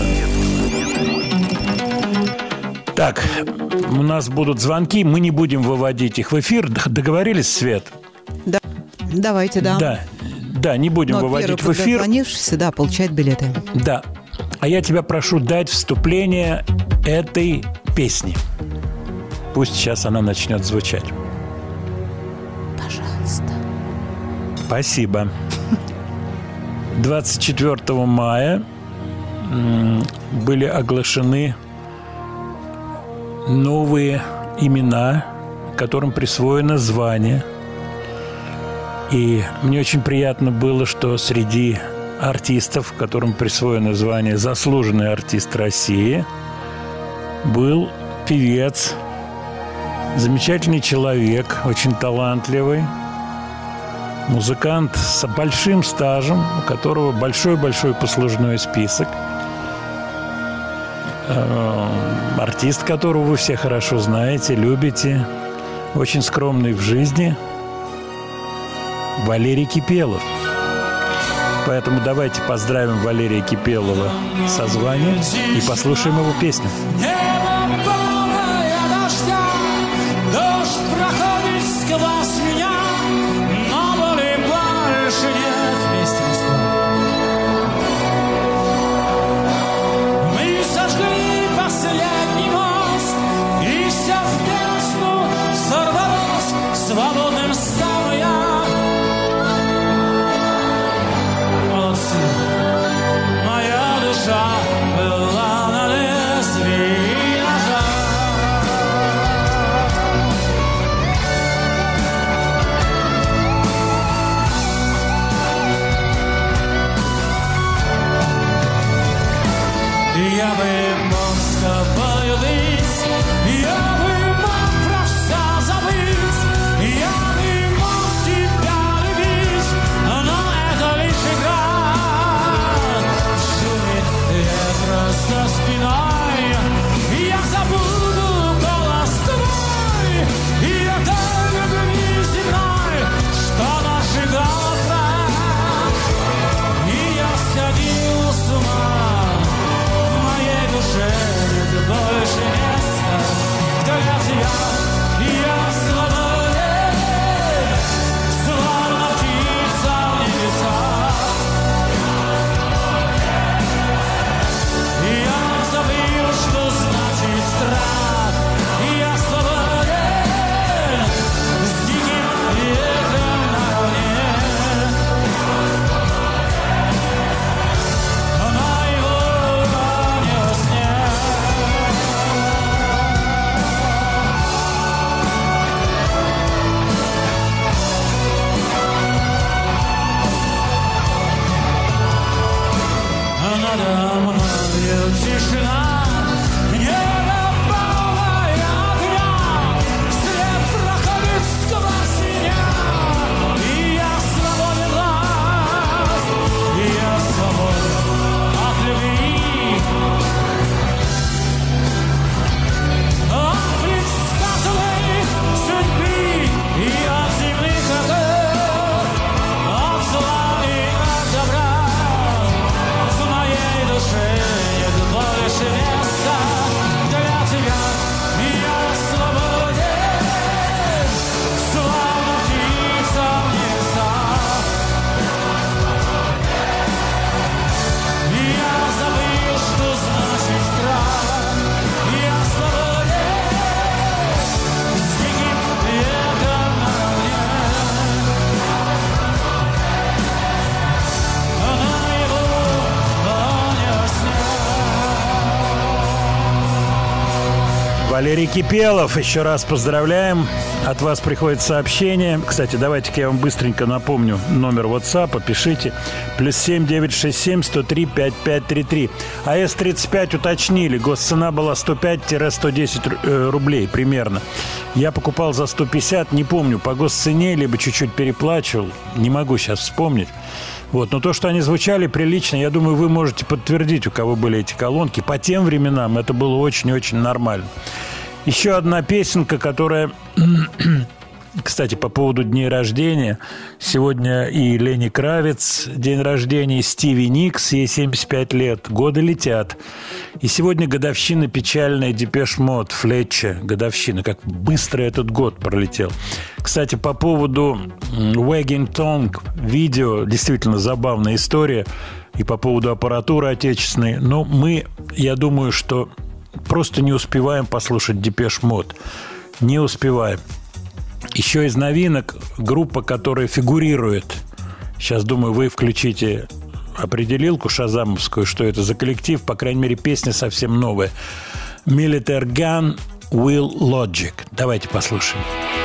Так, у нас будут звонки, мы не будем выводить их в эфир. Договорились, Свет? Да. Давайте, да. Да, да, не будем Но выводить первый в эфир. дозвонившийся, да, получает билеты. Да. А я тебя прошу дать вступление этой песни. Пусть сейчас она начнет звучать. Пожалуйста. Спасибо. двадцать четвёртого мая м, были оглашены новые имена, которым присвоено звание. И мне очень приятно было, что среди артистов, которым присвоено звание «Заслуженный артист России», был певец, замечательный человек, очень талантливый, музыкант с большим стажем, у которого большой-большой послужной список, артист, которого вы все хорошо знаете, любите, очень скромный в жизни, Валерий Кипелов. Поэтому давайте поздравим Валерия Кипелова со званием и послушаем его песню. Небо полное дождя, дождь проходит сквозь меня, но боли больше нет вместе Москва. Мы сожгли последний мост, и все в бездну сорвалось, свободным стал я. Моя душа была на лезвии ножа. Я бы мог с тобою быть, я бы мог про все забыть, я бы мог тебя любить, но это лишь игра. За спиной я забуду голос твой и этой любви земной, что наши глаза. И я сходил с ума, в моей душе нет больше места для тебя. Я свободен, словно птица в небесах. Я забыл, что значит страх. Я свободен, с диким ветром наравне. Моего не во сне. Надо мною тишина, небо полное огня, свет проходит сквозь меня, и я свободен глаз, и я свободен от любви, от предсказанной судьбы и от земных оков, от зла и от добра. В моей душе нет больше места. Валерий Кипелов, еще раз поздравляем. От вас приходит сообщение. Кстати, давайте-ка я вам быстренько напомню номер WhatsApp. Пишите. Плюс семь девять шесть семь сто три пятьдесят пять тридцать три. А эс тридцать пять уточнили. Госцена была сто пять - сто десять рублей примерно. Я покупал за сто пятьдесят, не помню, по госцене, либо чуть-чуть переплачивал. Не могу сейчас вспомнить. Вот. Но то, что они звучали прилично, я думаю, вы можете подтвердить, у кого были эти колонки. По тем временам это было очень-очень нормально. Еще одна песенка, которая... Кстати, по поводу дней рождения. Сегодня и Лени Кравиц день рождения, и Стиви Никс, ей семьдесят пять лет. Годы летят. И сегодня годовщина печальная Депеш Мод, Флетчер. Годовщина. Как быстро этот год пролетел. Кстати, по поводу Wagging Tongue видео. Действительно забавная история. И по поводу аппаратуры отечественной. Но мы, я думаю, что просто не успеваем послушать Депеш Мод. Не успеваем. Еще из новинок группа, которая фигурирует. Сейчас, думаю, вы включите определилку шазамовскую, что это за коллектив. По крайней мере, песня совсем новая. Military Gun Will Logic. Давайте послушаем.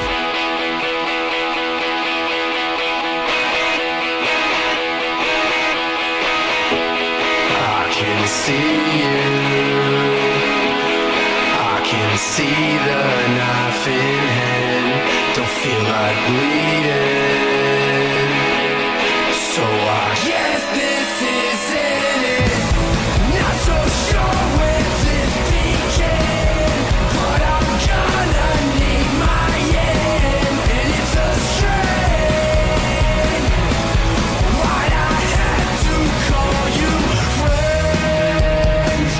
I can see you. I can see the knife in hand. Don't feel like bleeding. So I guess this isn't it. Not so sure with this beacon, but I'm gonna need my end. And it's a strain. Why'd I have to call you friends?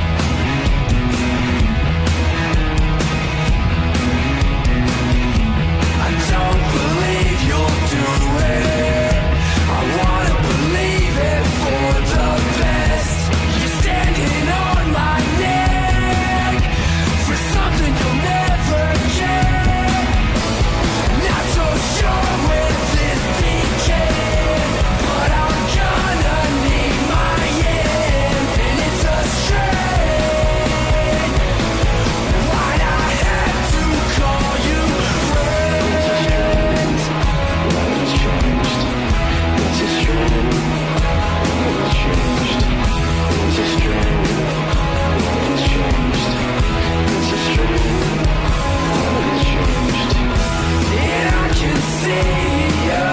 I don't believe you'll do it. I wanna believe it for the best. You're standing on my neck for something you'll never get. Not so sure with this beacon, but I'm gonna need my end. And it's a strain. Why'd I have to call you friends? It's changed. It's a strain. It's changed. It's a strain. It's changed. It's a strain. It's changed. And I can see you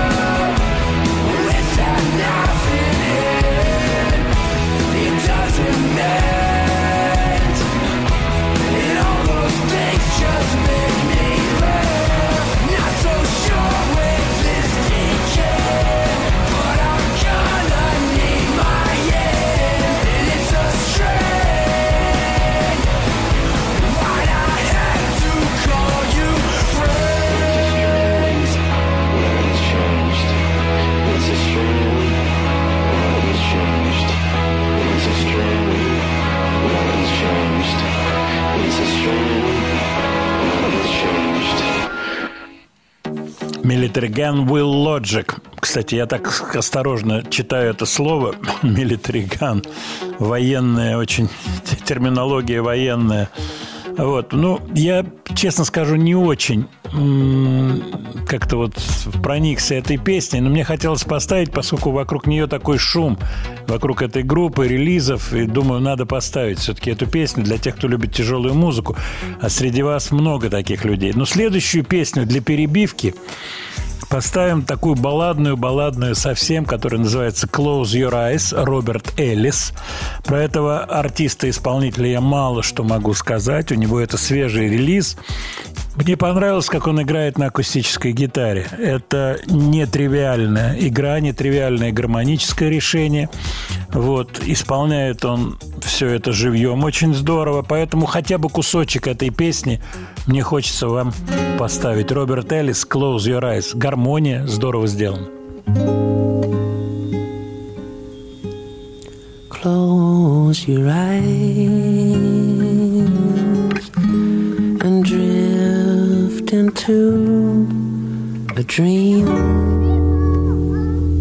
with that knife in hand. It doesn't end. And all those things just make me laugh. Not so sure with this beacon, but I'm gonna need my end. And it's a strain. Why'd I have to call you friends? It's changed. It's a strain. It's changed. It's a strain. It's changed. It's a strain. It's changed. Military Gun Will Logic. Кстати, я так осторожно читаю это слово. Military Gun. Военная, очень терминология военная. Вот. Ну, я, честно скажу, не очень м- как-то вот проникся этой песней, но мне хотелось поставить, поскольку вокруг нее такой шум, вокруг этой группы, релизов, и думаю, надо поставить все-таки эту песню для тех, кто любит тяжелую музыку, а среди вас много таких людей. Но следующую песню для перебивки поставим такую балладную-балладную совсем, которая называется «Close Your Eyes», Роберт Эллис. Про этого артиста-исполнителя я мало что могу сказать. У него это свежий релиз. Мне понравилось, как он играет на акустической гитаре. Это нетривиальная игра, нетривиальное гармоническое решение. Вот. Исполняет он все это живьем очень здорово. Поэтому хотя бы кусочек этой песни мне хочется вам поставить. Роберт Эллис, «Close Your Eyes». Гармония здорово сделана. Close your eyes and drift into a dream.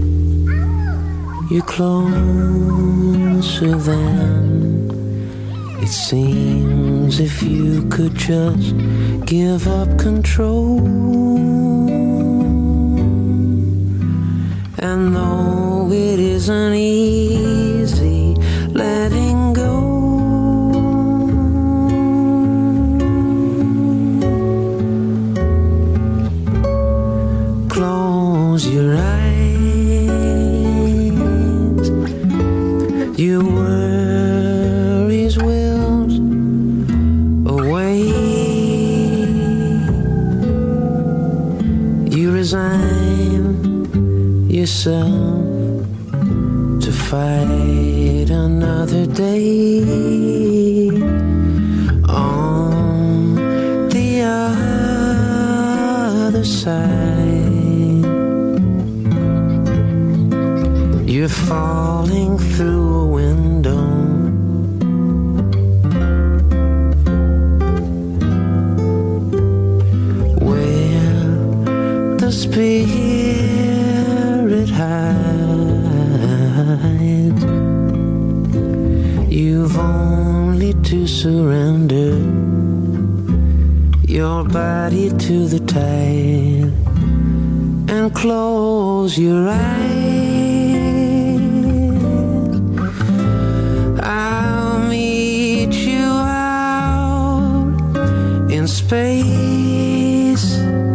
You're closer than It seems if you could just give up control. And though it isn't easy letting go, close your eyes, your worries will away. You resign yourself to fight another day on the other side. You're falling through a window, where the spirit hides. You've only to surrender your body to the tide and close your eyes. I'll meet you out in space.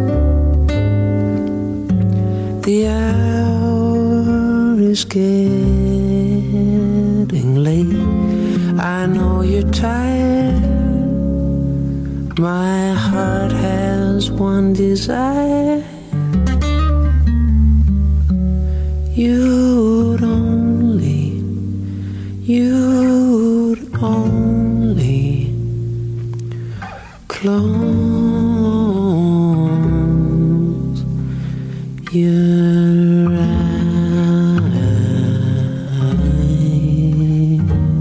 The hour is getting late. I know you're tired. My heart has one desire. You'd only, you'd only close your eyes.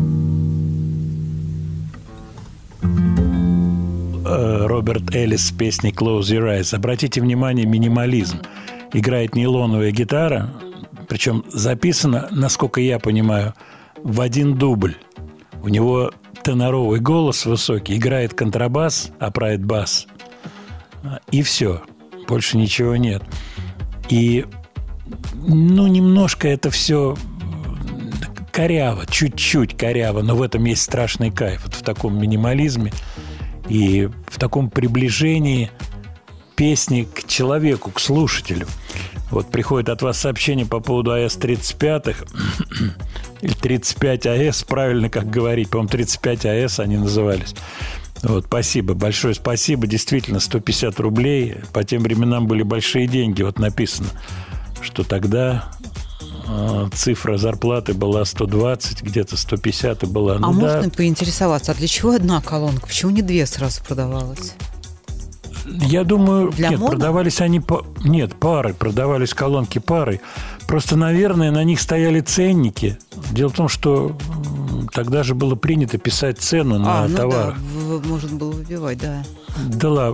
Роберт Эллис с песней «Close Your Eyes». Обратите внимание, минимализм. Играет нейлоновая гитара, причем записана, насколько я понимаю, в один дубль. У него теноровый голос высокий, играет контрабас, upright бас, и все. Больше ничего нет. И, ну, немножко это все коряво, чуть-чуть коряво, но в этом есть страшный кайф. Вот в таком минимализме и в таком приближении песни к человеку, к слушателю. Вот приходит от вас сообщение по поводу эй эс тридцать пять или тридцать пять эй эс, правильно как говорить, по-моему, тридцать пять эй эс они назывались. Вот, спасибо, большое спасибо, действительно, сто пятьдесят рублей, по тем временам были большие деньги, вот написано, что тогда э, цифра зарплаты была сто двадцать, где-то сто пятьдесят и была. Ну, а да. можно поинтересоваться, а для чего одна колонка, почему не две сразу продавалось? Я думаю, Для нет, моно? продавались они по... Нет, пары, продавались колонки пары. Просто, наверное, на них стояли ценники. Дело в том, что тогда же было принято писать цену на а, ну товар. Да, можно было выбивать, да. Да,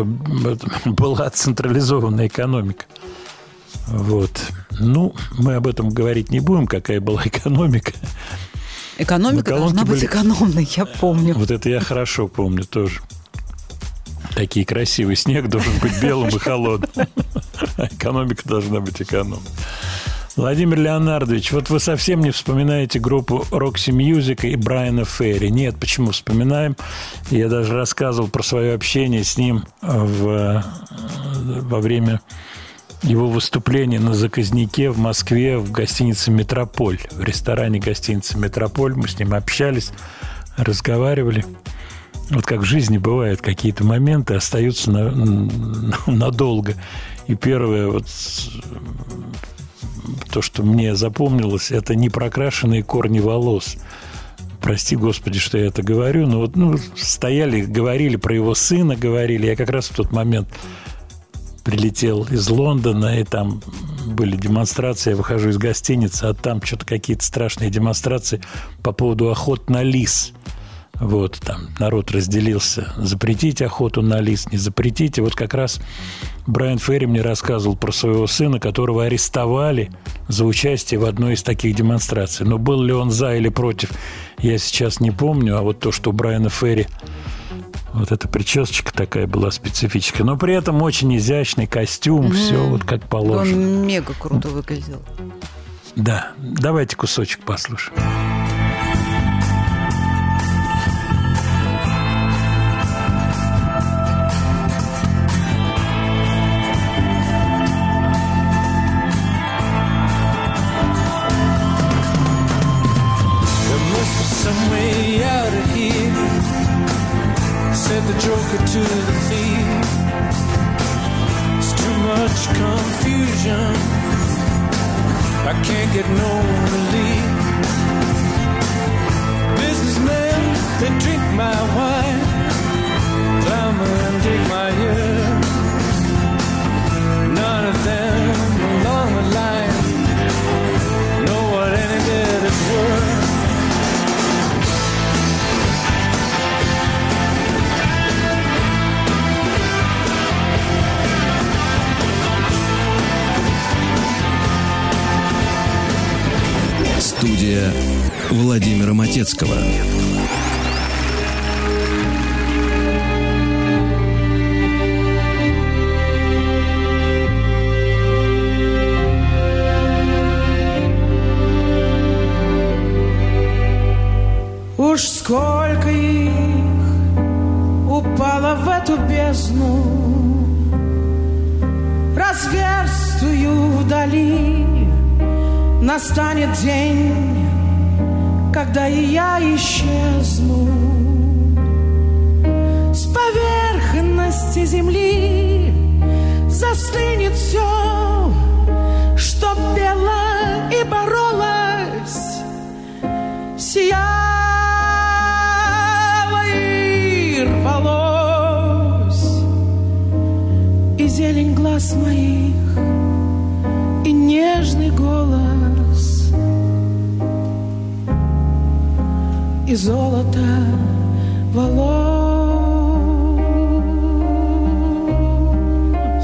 была централизованная экономика. Вот. Ну, мы об этом говорить не будем, какая была экономика. Экономика должна быть были... экономной, я помню. Вот это я хорошо помню тоже. Такие красивый снег должен быть белым и холодным. Экономика должна быть экономной. Владимир Леонардович, вот вы совсем не вспоминаете группу Roxy Music и Брайана Ферри. Нет, почему вспоминаем? Я даже рассказывал про свое общение с ним в, во время его выступления на Заказнике в Москве в гостинице «Метрополь». В ресторане гостиницы «Метрополь». Мы с ним общались, разговаривали. Вот как в жизни бывают какие-то моменты, остаются на, на, надолго. И первое, вот то, что мне запомнилось, это непрокрашенные корни волос. Прости, Господи, что я это говорю, но вот ну, стояли, говорили про его сына, говорили. Я как раз в тот момент прилетел из Лондона, и там были демонстрации. Я выхожу из гостиницы, а там что-то какие-то страшные демонстрации по поводу охот на лис. Вот, там народ разделился, запретить охоту на лис, не запретить. И вот как раз Брайан Ферри мне рассказывал про своего сына, которого арестовали за участие в одной из таких демонстраций. Но был ли он за или против, я сейчас не помню. А вот то, что у Брайана Ферри вот эта причесочка такая была специфическая, но при этом очень изящный костюм, mm-hmm. все вот как положено. Он мега круто выглядел. Да, давайте кусочек послушаем. The joker to the thief. It's too much confusion. I can't get no relief. Businessmen, they drink my wine, climb and dig my ear. None of them along the line know what any bit is worth. Студия Владимира Матецкого. Уж сколько их упало в эту бездну, разверстую вдали. Настанет день, когда и я исчезну с поверхности земли. Застынет все, что пело и боролось, сияло и рвалось. И зелень глаз моих, и нежный голос, и золото волос.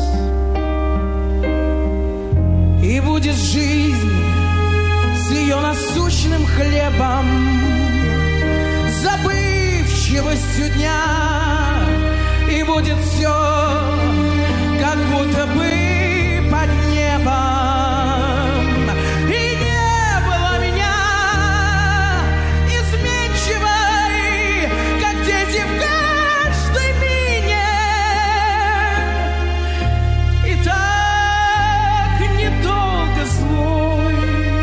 И будет жизнь с ее насущным хлебом, забывчивостью дня. И будет все, как будто бы под небом. И не было меня изменчивой, как дети в каждой мине. И так недолго злой,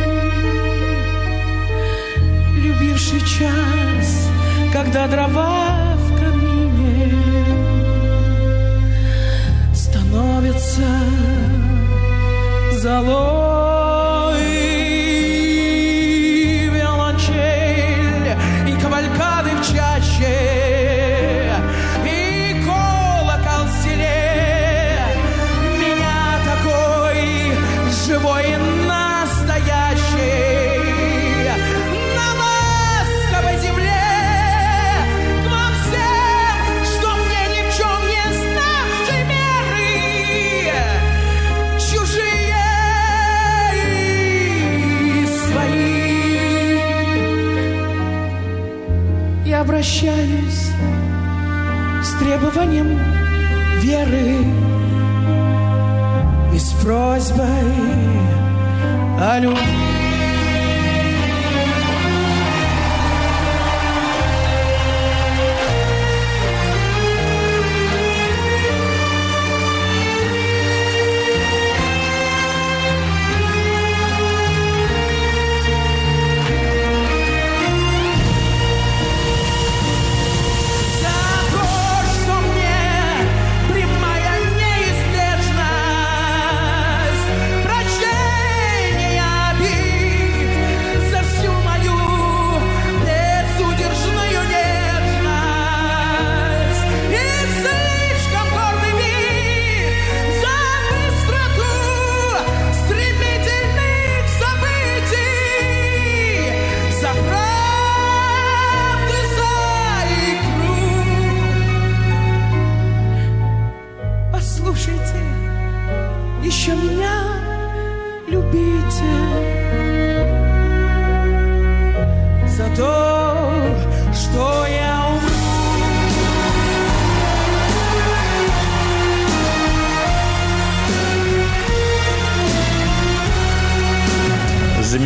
любивший час, когда дрова в камине становятся золой. Виолончель и кавалькады в чаще, и колокол в селе меня такой живой и настоящий на ласковой земле к вам всем, что мне ни в чем не знавшей меры, чужие и свои. Я обращаюсь с требованием веры и с просьбой о любви. За то, что мне прямая неизбежность прощения обид.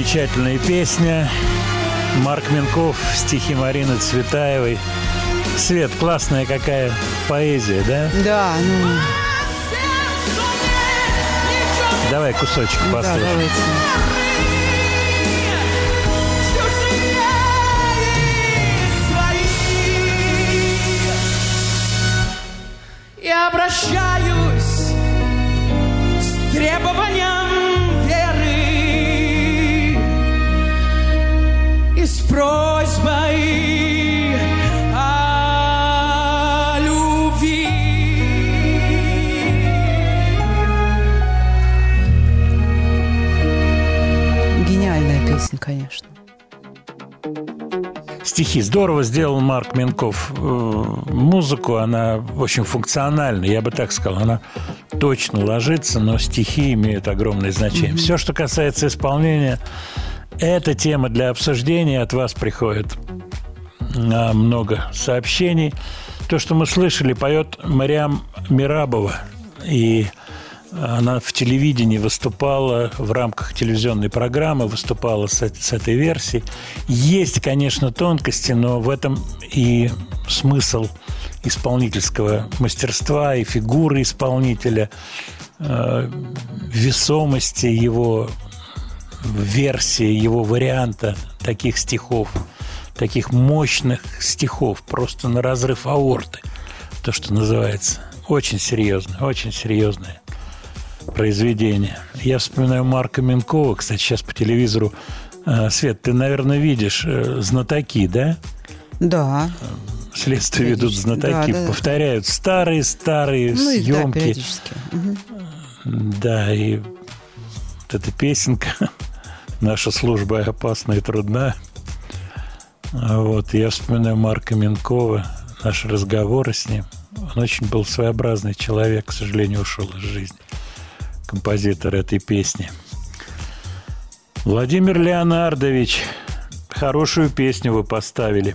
Замечательная песня. Марк Минков, стихи Марины Цветаевой. Свет, классная какая поэзия, да? Да, ну... Давай кусочек послушаем. Да, давайте. Я обращаюсь с требованием веры и с просьбой о любви. Гениальная песня, конечно. Стихи здорово сделал Марк Минков. Музыку, она очень функциональна, я бы так сказал. Она точно ложится, но стихи имеют огромное значение. Mm-hmm. Все, что касается исполнения, это тема для обсуждения. От вас приходит много сообщений. То, что мы слышали, поет Мариам Мерабова. И она в телевидении выступала в рамках телевизионной программы, выступала с, с этой версией. Есть, конечно, тонкости, но в этом и смысл исполнительского мастерства и фигуры исполнителя, э, весомости его версии, его варианта таких стихов, таких мощных стихов, просто на разрыв аорты, то, что называется. Очень серьезно, очень серьезное произведение. Я вспоминаю Марка Минкова, кстати, сейчас по телевизору. Свет, ты, наверное, видишь «Знатоки», да? Да. Следствие ведут знатоки, да, да, повторяют старые-старые ну, их, съемки. да, периодически. Угу. Да, и вот эта песенка «Наша служба опасна и трудна». Вот, я вспоминаю Марка Минкова, наши разговоры с ним. Он очень был своеобразный человек, к сожалению, ушел из жизни. Композитор этой песни. Владимир Леонардович, хорошую песню вы поставили.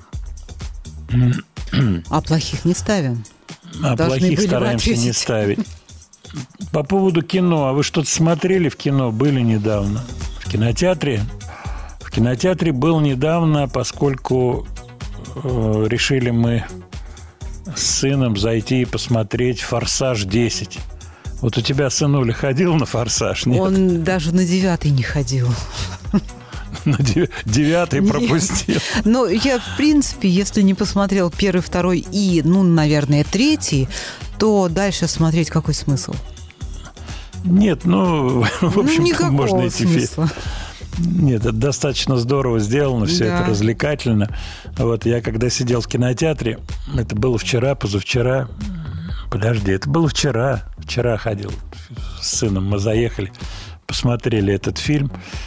А плохих не ставим. А Должны плохих были стараемся ответить. не ставить. По поводу кино. А вы что-то смотрели в кино? Были недавно? В кинотеатре? В кинотеатре был недавно, поскольку э, решили мы с сыном зайти и посмотреть «Форсаж десять». Вот у тебя сынуля ходил на «Форсаж», нет? Он даже на девятый не ходил. На девятый пропустил. Ну, я, в принципе, если не посмотрел первый, второй и, ну, наверное, третий, то дальше смотреть какой смысл? Нет, ну, в общем, ну, можно идти. Смысла. Нет, это достаточно здорово сделано, все да. это развлекательно. Вот я когда сидел в кинотеатре, это было вчера, позавчера, подожди, это было вчера, вчера ходил с сыном, мы заехали, посмотрели этот фильм,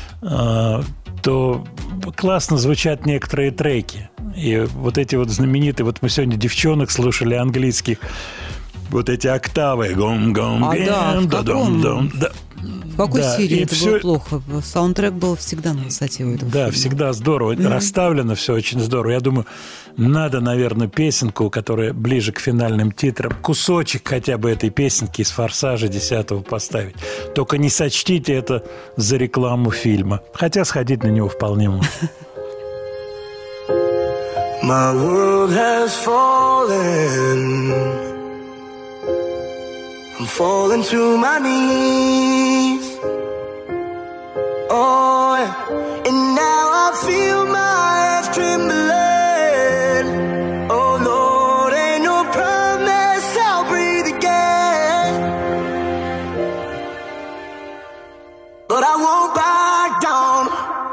то классно звучат некоторые треки. И вот эти вот знаменитые, вот мы сегодня девчонок слушали английских, вот эти октавы. Гом-гом, а да, в каком? дом, да. В какой да, серии это все... было плохо? Саундтрек был всегда на высоте у этого Да, фильма. всегда здорово. Mm-hmm. Расставлено все очень здорово. Я думаю, надо, наверное, песенку, которая ближе к финальным титрам, кусочек хотя бы этой песенки из «Форсажа» десятого поставить. Только не сочтите это за рекламу фильма. Хотя сходить на него вполне можно. My world has fallen. I'm falling to my knees. Oh, yeah. And now I feel my hands trembling. Oh, Lord, ain't no promise I'll breathe again. But I won't back down.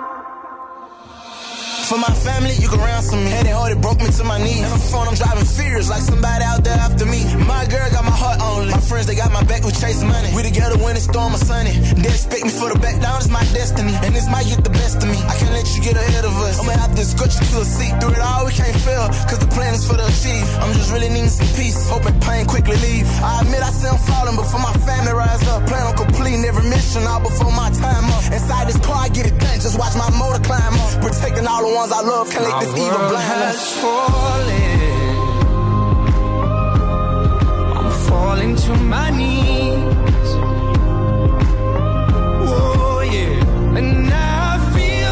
For my family, you can ransom me. Had it hard, it broke me to my knees. And on the phone, I'm driving fears like somebody out there after me. My girl got my heart only. My friends, they got my back, we chase money. We together when it's storm or sunny. They expect me for the back down, it's my destiny. And this might get the best of me. I can't let you get ahead of us. I'ma have to escort you to a seat. Through it all, we can't fail, cause the plan is for the achieve. I'm just really needing some peace, hoping pain quickly leave. I admit I see I'm falling, but for my family rise up. Plan on completing every mission, all before my time up. Inside this car, I get it done, just watch my motor climb up. Protecting all the ones I love, can't let this evil blind us. Falling, I'm falling to my knees. Oh yeah, and now I feel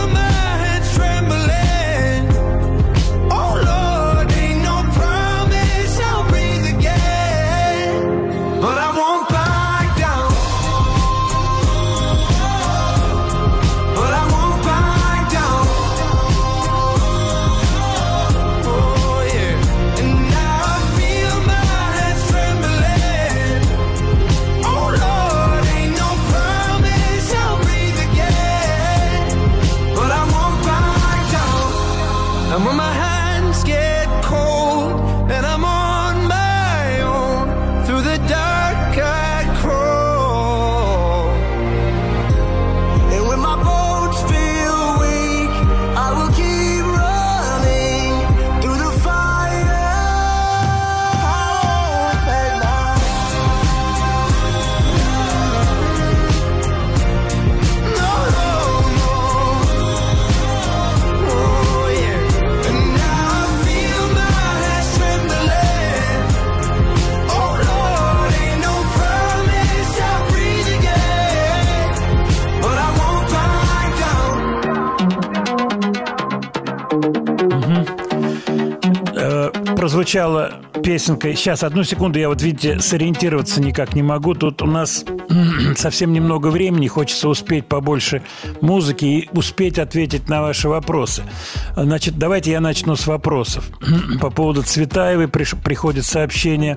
прозвучала песенка. Сейчас, одну секунду, я вот, видите, сориентироваться никак не могу. Тут у нас совсем немного времени, хочется успеть побольше музыки и успеть ответить на ваши вопросы. Значит, давайте я начну с вопросов. По поводу Цветаевой приш- приходит сообщение.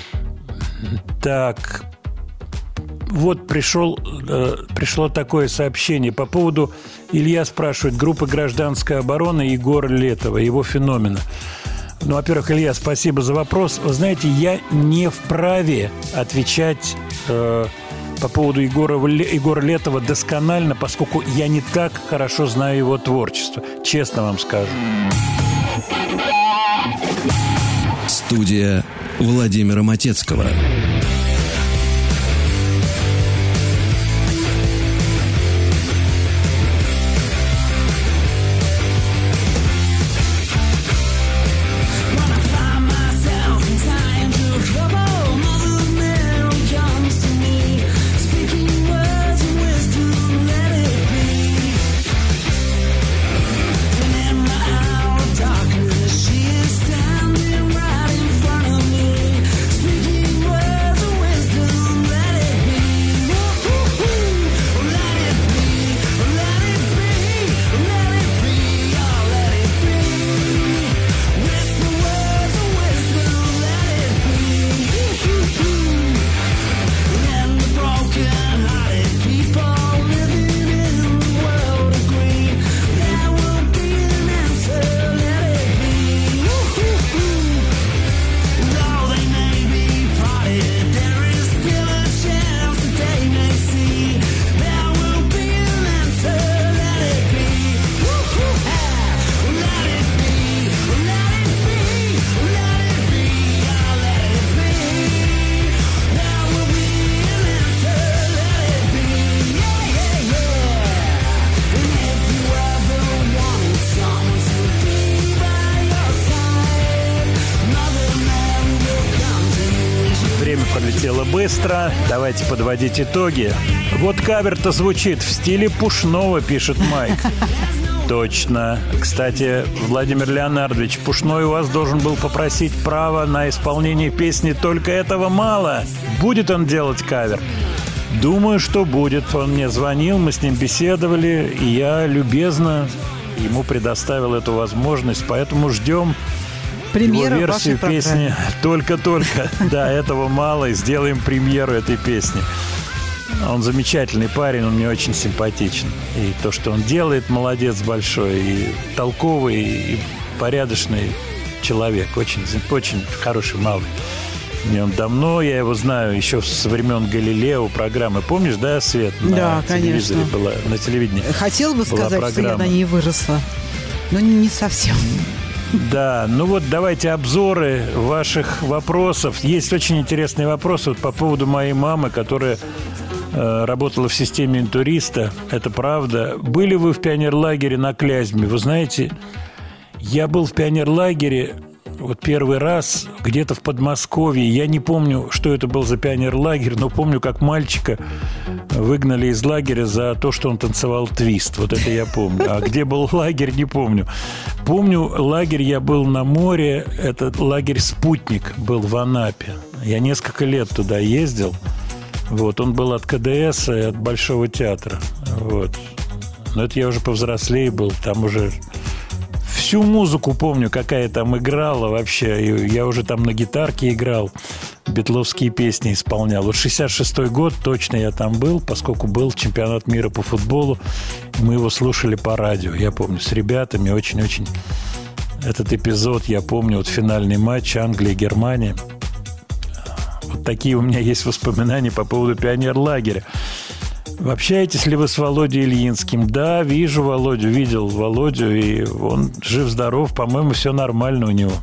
Так, вот пришел, э, пришло такое сообщение по поводу, Илья спрашивает, группы «Гражданская оборона» Егора Летова, его «Феномена». Ну, во-первых, Илья, спасибо за вопрос. Вы знаете, я не вправе отвечать э, по поводу Егора, Егора Летова досконально, поскольку я не так хорошо знаю его творчество. Честно вам скажу. Студия Владимира Матецкого. Быстро. Давайте подводить итоги. Вот кавер-то звучит в стиле Пушного, пишет Майк. Точно. Кстати, Владимир Леонардович, Пушной у вас должен был попросить право на исполнение песни «Только этого мало». Будет он делать кавер? Думаю, что будет. Он мне звонил, мы с ним беседовали, и я любезно ему предоставил эту возможность, поэтому ждем премьеру его версию песни программе. «Только-только». Да, этого мало, и сделаем премьеру этой песни. Он замечательный парень, он мне очень симпатичен. И то, что он делает, молодец большой, и толковый, и порядочный человек. Очень, очень хороший малый. Мне он давно, я его знаю, еще со времен «Галилео» программы. Помнишь, да, Свет? На да, телевизоре конечно. была, на телевидении. Хотела бы сказать, программа. что я на ней выросла. Но не совсем. Да, ну вот давайте обзоры ваших вопросов. Есть очень интересные вопросы вот по поводу моей мамы, которая э, работала в системе интуриста. Это правда. Были вы в пионерлагере на Клязьме? Вы знаете, я был в пионерлагере вот первый раз где-то в Подмосковье. Я не помню, что это был за пионерлагерь, но помню, как мальчика выгнали из лагеря за то, что он танцевал твист. Вот это я помню. А где был лагерь, не помню. Помню, лагерь я был на море. Это лагерь «Спутник» был в Анапе. Я несколько лет туда ездил. Вот. Он был от ка дэ эс и от Большого театра. Вот. Но это я уже повзрослее был. Там уже... Всю музыку помню, какая там играла вообще. Я уже там на гитарке играл, битловские песни исполнял. Вот шестьдесят шестой год точно я там был, поскольку был чемпионат мира по футболу. Мы его слушали по радио, я помню, с ребятами. Очень-очень этот эпизод я помню. Вот финальный матч Англия-Германия. Вот такие у меня есть воспоминания по поводу пионерлагеря. Общаетесь ли вы с Володей Ильинским? Да, вижу Володю, видел Володю, и он жив-здоров, по-моему, все нормально у него.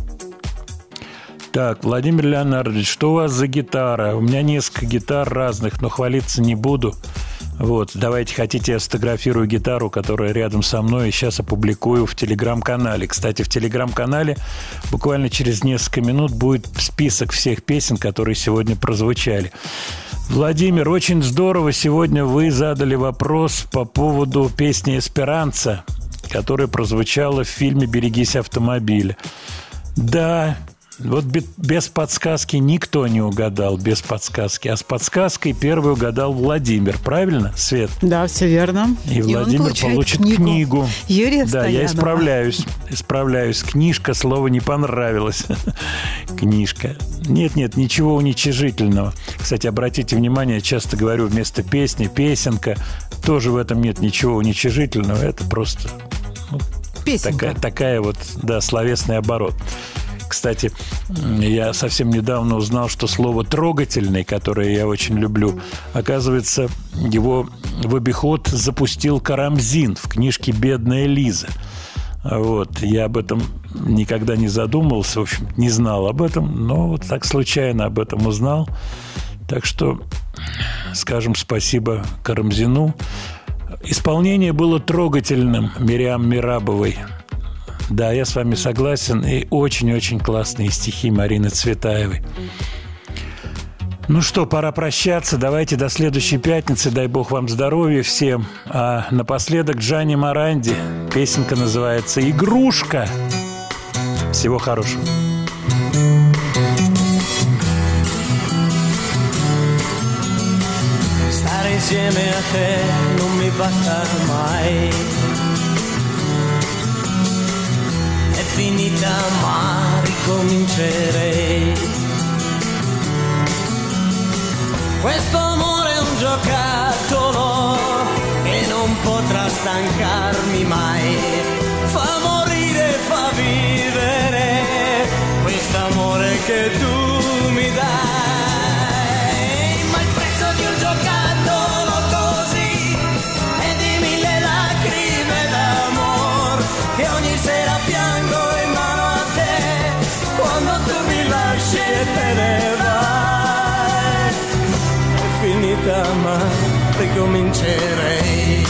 Так, Владимир Леонардович, что у вас за гитара? У меня несколько гитар разных, но хвалиться не буду. Вот, давайте, хотите, я сфотографирую гитару, которая рядом со мной, и сейчас опубликую в Телеграм-канале. Кстати, в Телеграм-канале буквально через несколько минут будет список всех песен, которые сегодня прозвучали. Владимир, очень здорово сегодня вы задали вопрос по поводу песни «Эсперанца», которая прозвучала в фильме «Берегись автомобиля». Да, вот бе- без подсказки никто не угадал, без подсказки. А с подсказкой первый угадал Владимир, правильно, Свет? Да, все верно. И Владимир он получит книгу. книгу. Юрия Да, я Стоянова. исправляюсь. Исправляюсь. Книжка, слово не понравилось. Книжка. Нет-нет, ничего уничижительного. Кстати, обратите внимание, я часто говорю вместо песни песенка. Тоже в этом нет ничего уничижительного. Это просто ну, такая, такая вот, да, словесный оборот. Кстати, я совсем недавно узнал, что слово «трогательный», которое я очень люблю, оказывается, его в обиход запустил Карамзин в книжке «Бедная Лиза». Вот. Я об этом никогда не задумывался, в общем, не знал об этом, но вот так случайно об этом узнал. Так что скажем спасибо Карамзину. Исполнение было трогательным Мириам Мирабовой. Да, я с вами согласен. И очень-очень классные стихи Марины Цветаевой. Ну что, пора прощаться. Давайте до следующей пятницы. Дай бог вам здоровья всем. А напоследок Джанни Моранди. Песенка называется «Игрушка». Всего хорошего. Stare insieme a te non mi basta mai. È finita ma ricomincerei. Questo amore è un giocattolo che non potrà stancarmi mai. Fa morire, fa vivere quest'amore che tu mi dai. Ma il prezzo di un giocattolo così è di mille lacrime d'amor che ogni sera piango in mano a te quando tu mi lasci e te ne vai. È finita ma ricomincerei.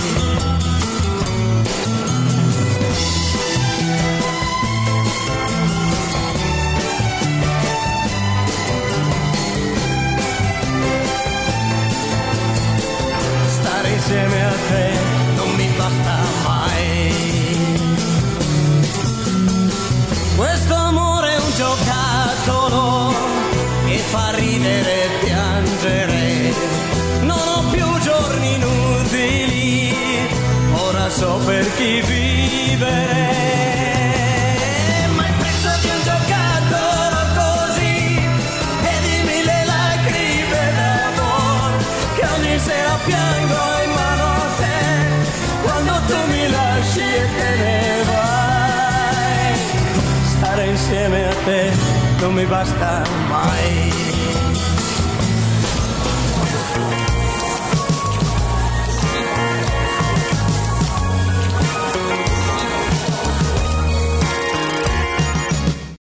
Stare insieme a te non mi basta mai. Questo amore è un giocattolo che fa ridere e piangere. Non ho più giorni inutili, ora so per chi vivere. Ma il prezzo di un giocattolo così è di mille lacrime d'amor che ogni sera piango in mano a te quando tu mi lasci e te ne vai. Stare insieme a te non mi basta mai.